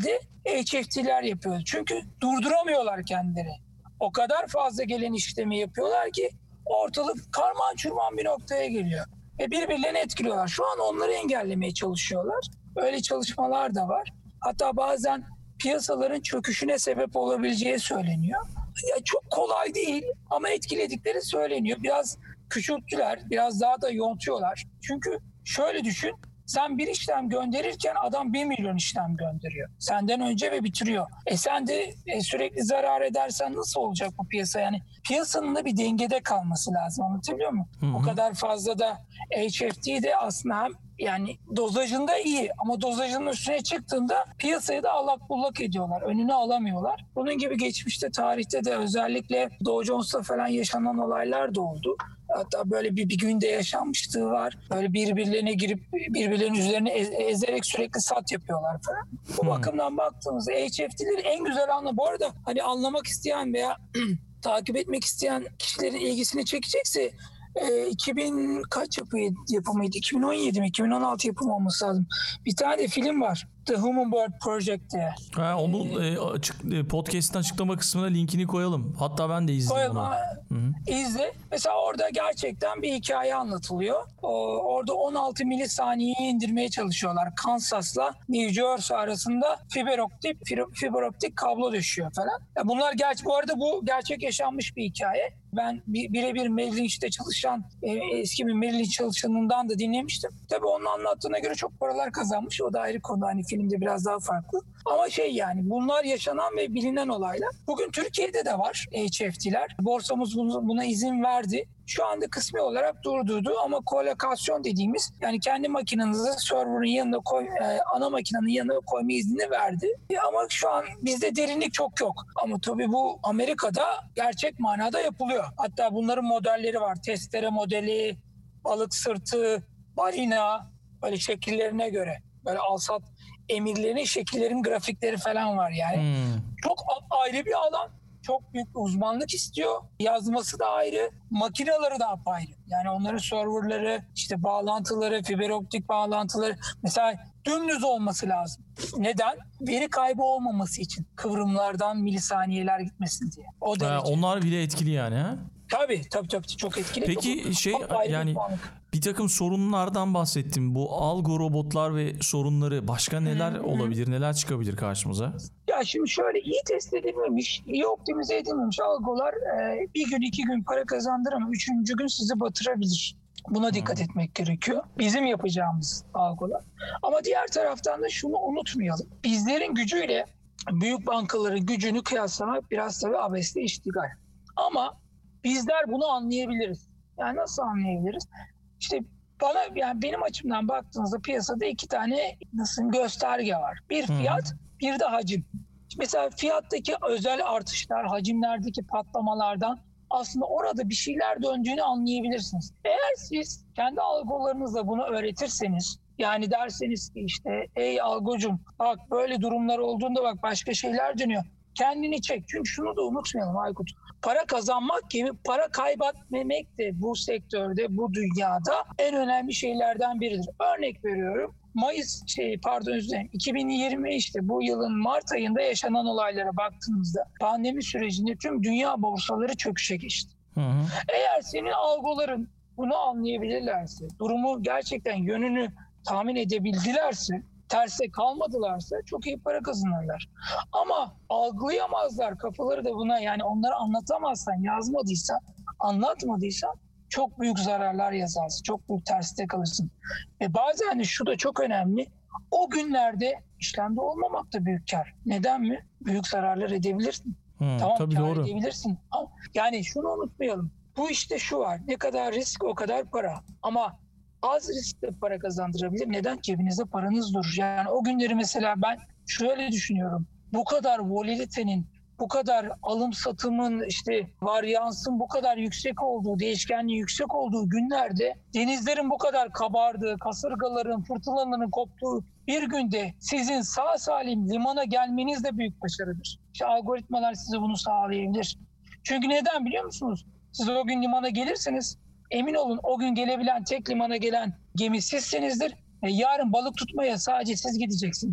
H F T'ler yapıyor. Çünkü durduramıyorlar kendileri. O kadar fazla gelen işlemi yapıyorlar ki ortalık karman çurman bir noktaya geliyor. Ve birbirlerini etkiliyorlar. Şu an onları engellemeye çalışıyorlar. Öyle çalışmalar da var. Hatta bazen piyasaların çöküşüne sebep olabileceği söyleniyor. Ya çok kolay değil ama etkiledikleri söyleniyor. Biraz küçülttüler, biraz daha da yontuyorlar. Çünkü şöyle düşün, sen bir işlem gönderirken adam bir milyon işlem gönderiyor. Senden önce ve bitiriyor. E sen de e, sürekli zarar edersen nasıl olacak bu piyasa? Yani piyasanın da bir dengede kalması lazım, anlatabiliyor muyum? Hı hı. O kadar fazla da H F T de aslında hem yani dozajında iyi ama dozajının üstüne çıktığında piyasayı da allak bullak ediyorlar. Önünü alamıyorlar. Bunun gibi geçmişte tarihte de özellikle Dow Jones'ta falan yaşanan olaylar da oldu. Hatta böyle bir, bir günde yaşanmışlığı var. Böyle birbirlerine girip birbirlerinin üzerine ez- ezerek sürekli sat yapıyorlar falan. Bu Hmm. bakımdan baktığımızda H F T'leri en güzel anla. Bu arada hani anlamak isteyen veya takip etmek isteyen kişilerin ilgisini çekecekse e, iki bin kaç yapıydı, yapımıydı? iki bin on yedi mi? iki bin on altı yapımı olması lazım. Bir tane de film var. The Hummingbird Project diye. Ha, onu e, açık, e, podcast'ın açıklama kısmına linkini koyalım. Hatta ben de izleyeyim Koyalım. onu. Ha, Hı-hı. İzle. Mesela orada gerçekten bir hikaye anlatılıyor. O, orada on altı milisaniyeye indirmeye çalışıyorlar. Kansas'la New Jersey arasında fiber optik fiber optik kablo düşüyor falan. Ya bunlar gerçek. Bu arada bu gerçek yaşanmış bir hikaye. Ben bir, birebir Merrill Lynch'te çalışan e, eski bir Merrill Lynch çalışanından da dinlemiştim. Tabii onun anlattığına göre çok paralar kazanmış. O da ayrı konu. Hani filmde biraz daha farklı. Ama şey yani bunlar yaşanan ve bilinen olaylar. Bugün Türkiye'de de var H F T'ler. Borsamız bunu, buna izin verdi. Şu anda kısmi olarak durdurdu ama kolokasyon dediğimiz yani kendi makinenizi server'ın yanına koy, e, ana makinenin yanına koyma iznini verdi. E, ama şu an bizde derinlik çok yok. Ama tabii bu Amerika'da gerçek manada yapılıyor. Hatta bunların modelleri var. Testere modeli, balık sırtı, balina böyle şekillerine göre. Böyle alsat emirlerin şekillerin grafikleri falan var yani. Hmm. Çok ayrı bir alan. Çok büyük bir uzmanlık istiyor. Yazması da ayrı, makineleri de apayrı. Yani onların serverları, işte bağlantıları, fiber optik bağlantıları mesela dümdüz olması lazım. Neden? Veri kaybı olmaması için. Kıvrımlardan milisaniyeler gitmesin diye. O derece. Ha, onlar bile etkili yani ha? Tabii, tabii tabii çok etkili. Peki Bu, şey apayrı bir yani uzmanlık. bir takım sorunlardan bahsettim. Bu algo robotlar ve sorunları başka neler Hı-hı. olabilir? Neler çıkabilir karşımıza? Ya şimdi şöyle iyi test edilmemiş, iyi optimize edilmemiş algolar e, bir gün iki gün para kazandırır ama üçüncü gün sizi batırabilir. Buna dikkat hmm. etmek gerekiyor. Bizim yapacağımız algolar. Ama diğer taraftan da şunu unutmayalım. Bizlerin gücüyle büyük bankaların gücünü kıyaslamak biraz tabii abesle iştigal. Ama bizler bunu anlayabiliriz. Yani nasıl anlayabiliriz? İşte bana yani benim açımdan baktığınızda piyasada iki tane nasıl gösterge var. Bir fiyat, hmm. bir de hacim. Mesela fiyattaki özel artışlar, hacimlerdeki patlamalardan aslında orada bir şeyler döndüğünü anlayabilirsiniz. Eğer siz kendi algolarınızla bunu öğretirseniz, yani derseniz ki işte ey algocum bak böyle durumlar olduğunda bak başka şeyler dönüyor. Kendini çek. Çünkü şunu da unutmayalım Aykut. Para kazanmak gibi para kaybetmemek de bu sektörde, bu dünyada en önemli şeylerden biridir. Örnek veriyorum. Mayıs şey pardon özür dilerim iki bin yirmi işte bu yılın Mart ayında yaşanan olaylara baktığımızda pandemi sürecinde tüm dünya borsaları çöküşe geçti. Hı hı. Eğer senin algoların bunu anlayabilirlerse, durumu gerçekten yönünü tahmin edebildilerse, terse kalmadılarsa çok iyi para kazanırlar. Ama algılayamazlar kafaları da buna yani onları anlatamazsan, yazmadıysan, anlatmadıysan çok büyük zararlar yazarsın. Çok büyük terste kalırsın. Ve bazen de şu da çok önemli. O günlerde işlemde olmamak da büyük kar. Neden mi? Büyük zararlar edebilirsin. Hmm, tamam kar doğru. edebilirsin. Ama yani şunu unutmayalım. Bu işte şu var. Ne kadar risk o kadar para. Ama az riskle para kazandırabilir. Neden? Cebinizde paranız durur. Yani o günleri mesela ben şöyle düşünüyorum. Bu kadar volatilitenin, bu kadar alım satımın işte varyansın bu kadar yüksek olduğu, değişkenliği yüksek olduğu günlerde denizlerin bu kadar kabardığı, kasırgaların, fırtınaların koptuğu bir günde sizin sağ salim limana gelmeniz de büyük başarıdır. İşte algoritmalar size bunu sağlayabilir. Çünkü neden biliyor musunuz? Siz o gün limana gelirseniz emin olun o gün gelebilen tek limana gelen gemi sizsinizdir ve yarın balık tutmaya sadece siz gideceksinizdir.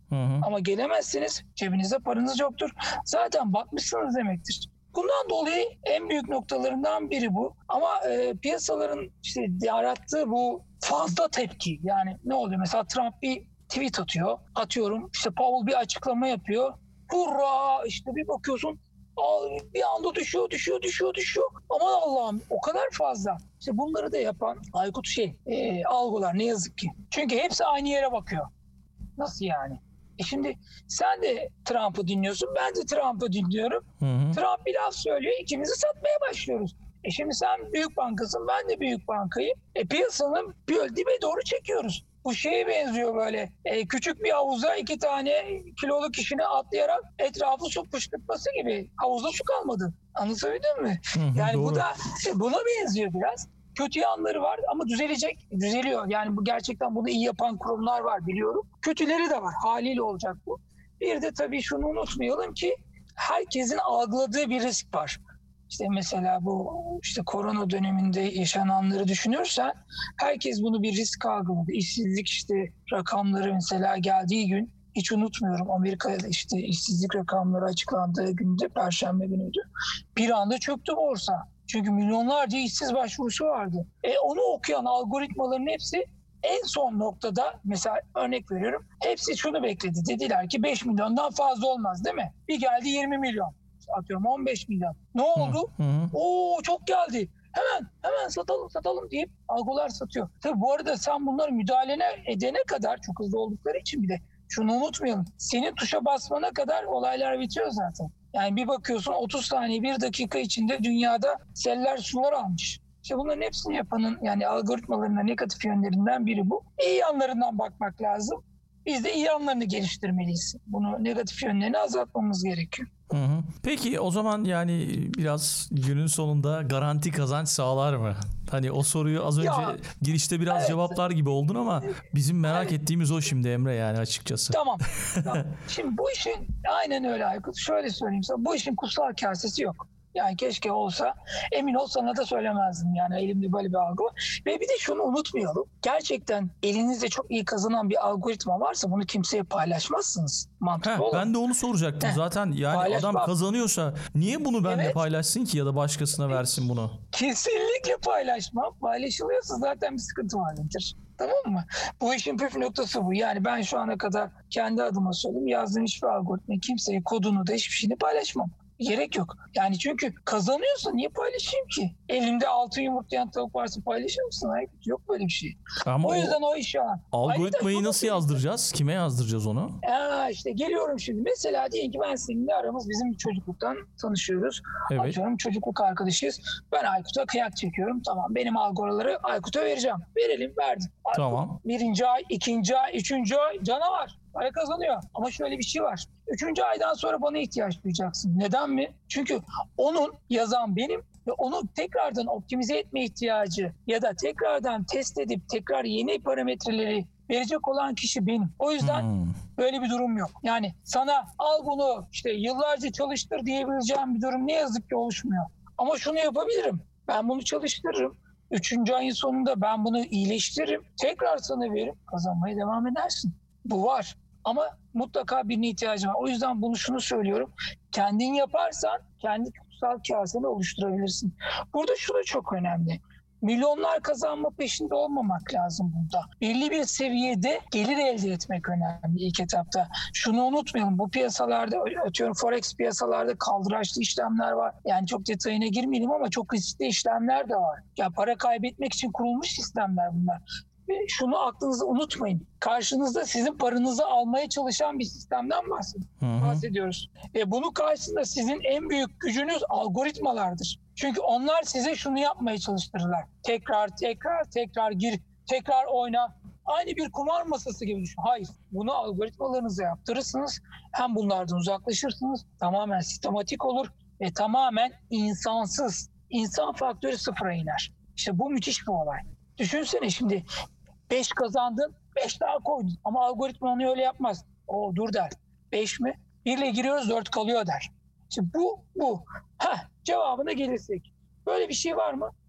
Hı hı. Ama gelemezsiniz, cebinizde paranız yoktur. Zaten batmışsınız demektir. Bundan dolayı en büyük noktalarından biri bu. Ama e, piyasaların işte yarattığı bu fazla tepki. Yani ne oluyor? Mesela Trump bir tweet atıyor. Atıyorum işte Powell bir açıklama yapıyor. Hurra! İşte bir bakıyorsun bir anda düşüyor, düşüyor, düşüyor, düşüyor. Aman Allah'ım o kadar fazla. İşte bunları da yapan Aykut şey e, algılar ne yazık ki. Çünkü hepsi aynı yere bakıyor. Nasıl yani? E şimdi sen de Trump'ı dinliyorsun, ben de Trump'ı dinliyorum. Hı hı. Trump bir laf söylüyor, ikimizi satmaya başlıyoruz. E şimdi sen büyük bankasın, ben de büyük bankayım. E piyasanın bir dibe doğru çekiyoruz. Bu şeye benziyor böyle. E, küçük bir havuza iki tane kiloluk kişini atlayarak etrafı su fışkırtması gibi. Havuzda su kalmadı. Anlatabildim mi? Hı hı, Yani doğru. bu da e, buna benziyor biraz. Kötü yanları var ama düzelecek. Düzeliyor. Yani bu gerçekten bunu iyi yapan kurumlar var biliyorum. Kötüleri de var. Haliyle olacak bu. Bir de tabii şunu unutmayalım ki herkesin algıladığı bir risk var. İşte mesela bu işte korona döneminde yaşananları düşünürsen herkes bunu bir risk algıladı. İşsizlik işte rakamları mesela geldiği gün hiç unutmuyorum. Amerika'da işte işsizlik rakamları açıklandığı günde Perşembe günüydü. Bir anda çöktü borsa. Çünkü milyonlarca işsiz başvurusu vardı. E onu okuyan algoritmaların hepsi en son noktada mesela örnek veriyorum. Hepsi şunu bekledi. Dediler ki beş milyondan fazla olmaz değil mi? Bir geldi yirmi milyon. Atıyorum on beş milyon. Ne oldu? Hı hı. Oo çok geldi. Hemen hemen satalım satalım deyip algolar satıyor. Tabii bu arada sen bunları müdahale edene kadar çok hızlı oldukları için bir de şunu unutmayalım. Senin tuşa basmana kadar olaylar bitiyor zaten. Yani bir bakıyorsun otuz saniye bir dakika içinde dünyada seller sular almış. İşte bunların hepsini yapanın yani algoritmalarının negatif yönlerinden biri bu. İyi yanlarından bakmak lazım. Biz de iyi yanlarını geliştirmeliyiz. Bunu negatif yönlerini azaltmamız gerekiyor. Hı hı. Peki o zaman yani biraz günün sonunda garanti kazanç sağlar mı? Hani o soruyu az önce Ya, girişte biraz evet. cevaplar gibi oldun ama bizim merak Evet. ettiğimiz o şimdi Emre yani açıkçası. Tamam. Tamam. Şimdi bu işin aynen öyle Aykut. Şöyle söyleyeyim sana. Bu işin kutsal kasesi yok. Yani keşke olsa. Emin ol sana da söylemezdim. Yani elimde böyle bir algı var. Ve bir de şunu unutmayalım. Gerçekten elinizde çok iyi kazanan bir algoritma varsa bunu kimseye paylaşmazsınız. Mantıklı Heh, olan. ben de onu soracaktım. Heh. Zaten yani Paylaşmam. adam kazanıyorsa niye bunu benimle Evet. paylaşsın ki ya da başkasına versin bunu? Kesinlikle paylaşmam. Paylaşılıyorsa zaten bir sıkıntı vardır. Tamam mı? Bu işin püf noktası bu. Yani ben şu ana kadar kendi adıma söyleyeyim. Yazdığım hiçbir algoritma kimseye kodunu da hiçbir şeyini paylaşmam. Gerek yok. Yani çünkü kazanıyorsa niye paylaşayım ki? Elimde altın yumurtlayan tavuk varsa paylaşır mısın? Hayır, yok böyle bir şey. Ama O o yüzden o iş yalan. algoritmayı Ayrıca- nasıl yazdıracağız? Kime yazdıracağız onu? Aa, işte geliyorum şimdi. Mesela diyelim ki ben seninle aramız bizim çocukluktan tanışıyoruz. Evet. Atıyorum çocukluk arkadaşıyız. Ben Aykut'a kıyak çekiyorum. Tamam benim algoraları Aykut'a vereceğim. Verelim verdim. Aykut Tamam. birinci ay, ikinci ay, üçüncü ay canavar. Para kazanıyor. Ama şöyle bir şey var. Üçüncü aydan sonra bana ihtiyaç duyacaksın. Neden mi? Çünkü onun yazan benim ve onu tekrardan optimize etme ihtiyacı ya da tekrardan test edip tekrar yeni parametreleri verecek olan kişi benim. O yüzden Hmm. böyle bir durum yok. Yani sana al bunu işte yıllarca çalıştır diyebileceğim bir durum ne yazık ki oluşmuyor. Ama şunu yapabilirim. Ben bunu çalıştırırım. Üçüncü ayın sonunda ben bunu iyileştiririm. Tekrar sana veririm. Kazanmaya devam edersin. Bu var. Ama mutlaka birine ihtiyacın var. O yüzden bunu şunu söylüyorum. Kendin yaparsan kendi kutsal kaseni oluşturabilirsin. Burada şu da çok önemli. Milyonlar kazanma peşinde olmamak lazım burada. Belli bir seviyede gelir elde etmek önemli ilk etapta. Şunu unutmayalım. Bu piyasalarda atıyorum Forex piyasalarda kaldıraçlı işlemler var. Yani çok detayına girmeyelim ama çok riskli işlemler de var. Ya para kaybetmek için kurulmuş sistemler bunlar. Ve şunu aklınızda unutmayın. Karşınızda sizin paranızı almaya çalışan bir sistemden bahsediyoruz. Hı hı. bahsediyoruz. Ve bunun karşısında sizin en büyük gücünüz algoritmalardır. Çünkü onlar size şunu yapmaya çalıştırırlar. Tekrar tekrar tekrar gir, tekrar oyna. Aynı bir kumar masası gibi düşün. Hayır. Bunu algoritmalarınıza yaptırırsınız. Hem bunlardan uzaklaşırsınız. Tamamen sistematik olur ve tamamen insansız. İnsan faktörü sıfıra iner. İşte bu müthiş bir olay. Düşünsene şimdi beş kazandın, beş daha koydun. Ama algoritma onu öyle yapmaz. O dur der. beş mi? bir ile giriyoruz, dört kalıyor der. Şimdi bu, bu. Heh, cevabına gelirsek. Böyle bir şey var mı?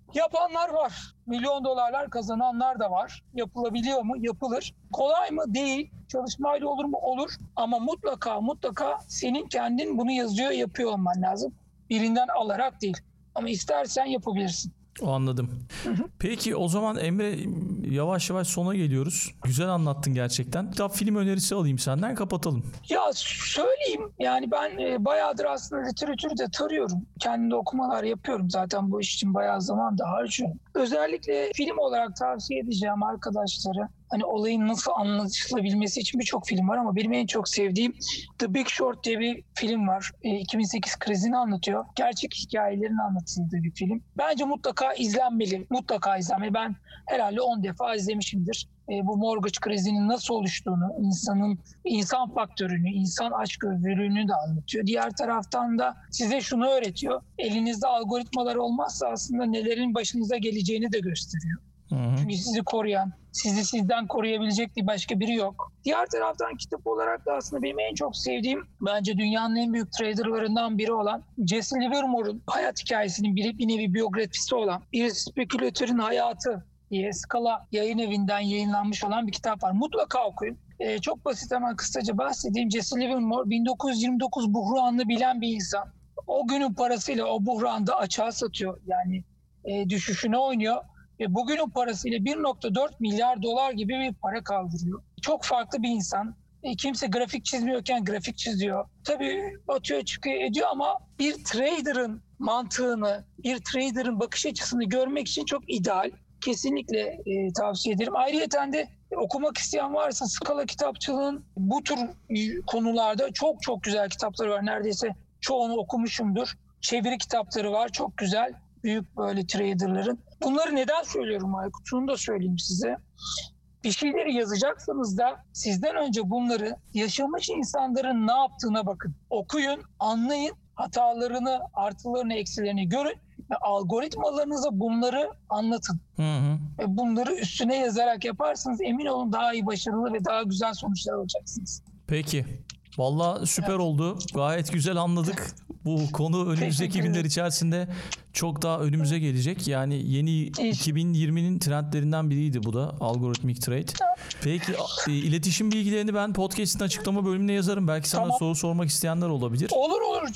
Yapanlar var. Milyon dolarlar kazananlar da var. Yapılabiliyor mu? Yapılır. Kolay mı? Değil. Çalışmayla olur mu? Olur. Ama mutlaka mutlaka senin kendin bunu yazıyor, yapıyor olman lazım. Birinden alarak değil. Ama istersen yapabilirsin. Anladım. Peki o zaman Emre, yavaş yavaş sona geliyoruz. Güzel anlattın gerçekten. Kitap film önerisi alayım senden, kapatalım. Ya söyleyeyim, yani ben e, bayağıdır aslında literatürü de tarıyorum. Kendim de okumalar yapıyorum. Zaten bu iş için bayağı zaman da harcıyorum. Özellikle film olarak tavsiye edeceğim arkadaşlara. Hani olayın nasıl anlaşılabilmesi için birçok film var ama benim en çok sevdiğim The Big Short diye bir film var. E, iki bin sekiz krizini anlatıyor. Gerçek hikayelerin anlatıldığı bir film. Bence mutlaka izlenmeli. Mutlaka izlenmeli. Ben herhalde on defa izlemişimdir. E, bu mortgage krizinin nasıl oluştuğunu, insanın insan faktörünü, insan açgözlülüğünü de anlatıyor. Diğer taraftan da size şunu öğretiyor. Elinizde algoritmalar olmazsa aslında nelerin başınıza geleceğini de gösteriyor. Hı hı. Çünkü sizi koruyan, sizi sizden koruyabilecek bir başka biri yok. Diğer taraftan kitap olarak da aslında benim en çok sevdiğim, bence dünyanın en büyük traderlarından biri olan Jesse Livermore'un hayat hikayesinin bir, bir nevi biyografisi olan Bir Spekülatörün Hayatı diye Scala Yayın Evi'nden yayınlanmış olan bir kitap var. Mutlaka okuyun. Ee, çok basit, hemen kısaca bahsedeyim. Jesse Livermore bin dokuz yüz yirmi dokuz buhranını bilen bir insan. O günün parasıyla o buhranda açığa satıyor. Yani e, düşüşüne oynuyor. Ve bugünün parasıyla bir nokta dört milyar dolar gibi bir para kaldırıyor. Çok farklı bir insan. E, kimse grafik çizmiyorken grafik çiziyor. Tabii atıyor çıkıyor ediyor ama bir trader'ın mantığını, bir trader'ın bakış açısını görmek için çok ideal. Kesinlikle e, tavsiye ederim. Ayrıyeten de e, okumak isteyen varsa Scala Kitapçılığın bu tür e, konularda çok çok güzel kitapları var. Neredeyse çoğunu okumuşumdur. Çeviri kitapları var, çok güzel. Büyük böyle traderların. Bunları neden söylüyorum Aykut? Şunu da söyleyeyim size. Bir şeyleri yazacaksanız da sizden önce bunları yaşamış insanların ne yaptığına bakın. Okuyun, anlayın, hatalarını, artılarını, eksilerini görün ve algoritmalarınıza bunları anlatın. Hı hı. Ve bunları üstüne yazarak yaparsanız emin olun daha iyi, başarılı ve daha güzel sonuçlar alacaksınız. Peki. Vallahi süper Evet. oldu. Gayet güzel anladık. Bu konu önümüzdeki Teşekkür günler ederim. içerisinde çok daha önümüze gelecek. Yani yeni iki bin yirminin trendlerinden biriydi bu da, algoritmik trade. Peki e, iletişim bilgilerini ben podcast'in açıklama bölümüne yazarım. Belki sana Tamam. soru sormak isteyenler olabilir. Olur olur.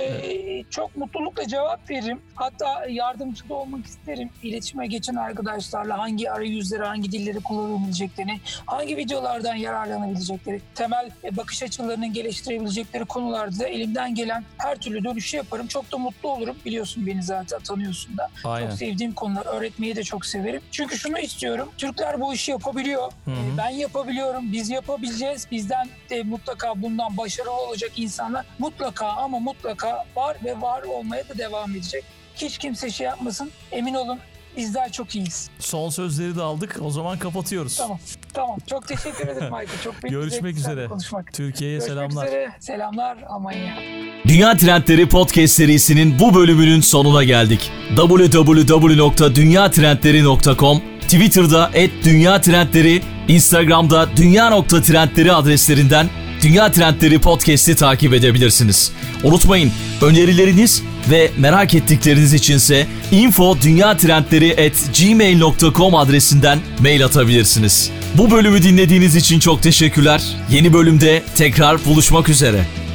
Ee, çok mutlulukla cevap veririm. Hatta yardımcı da olmak isterim. İletişime geçen arkadaşlarla hangi arayüzleri, hangi dilleri kullanabileceklerini, hangi videolardan yararlanabilecekleri, temel bakış açılarının geliştirebilecekleri konularda da elimden gelen her türlü dönüşü yaparım. Çok da mutlu olurum. Biliyorsun beni zaten, tanıyorsun da. Aynen. Çok sevdiğim konular. Öğretmeyi de çok severim. Çünkü şunu istiyorum. Türkler bu işi yapabiliyor. Hı hı. Ee, Ben yapabiliyorum. Biz yapabileceğiz. Bizden de mutlaka bundan başarılı olacak insanlar mutlaka ama mutlaka var ve var olmaya da devam edecek. Hiç kimse şey yapmasın. Emin olun bizler çok iyiyiz. Son sözleri de aldık. O zaman kapatıyoruz. Tamam. Tamam. Çok teşekkür ederim Michael. Çok büyük Görüşmek zevkti seninle üzere. konuşmak. Türkiye'ye Görüşmek selamlar. üzere. Selamlar Almanya. Dünya Trendleri Podcast serisinin bu bölümünün sonuna geldik. double-u double-u double-u nokta dünya trendleri nokta com, Twitter'da et dünya trendleri, Instagram'da dünya nokta trendleri adreslerinden Dünya Trendleri Podcast'i takip edebilirsiniz. Unutmayın, önerileriniz ve merak ettikleriniz içinse info dünya trendleri at gmail nokta com adresinden mail atabilirsiniz. Bu bölümü dinlediğiniz için çok teşekkürler. Yeni bölümde tekrar buluşmak üzere.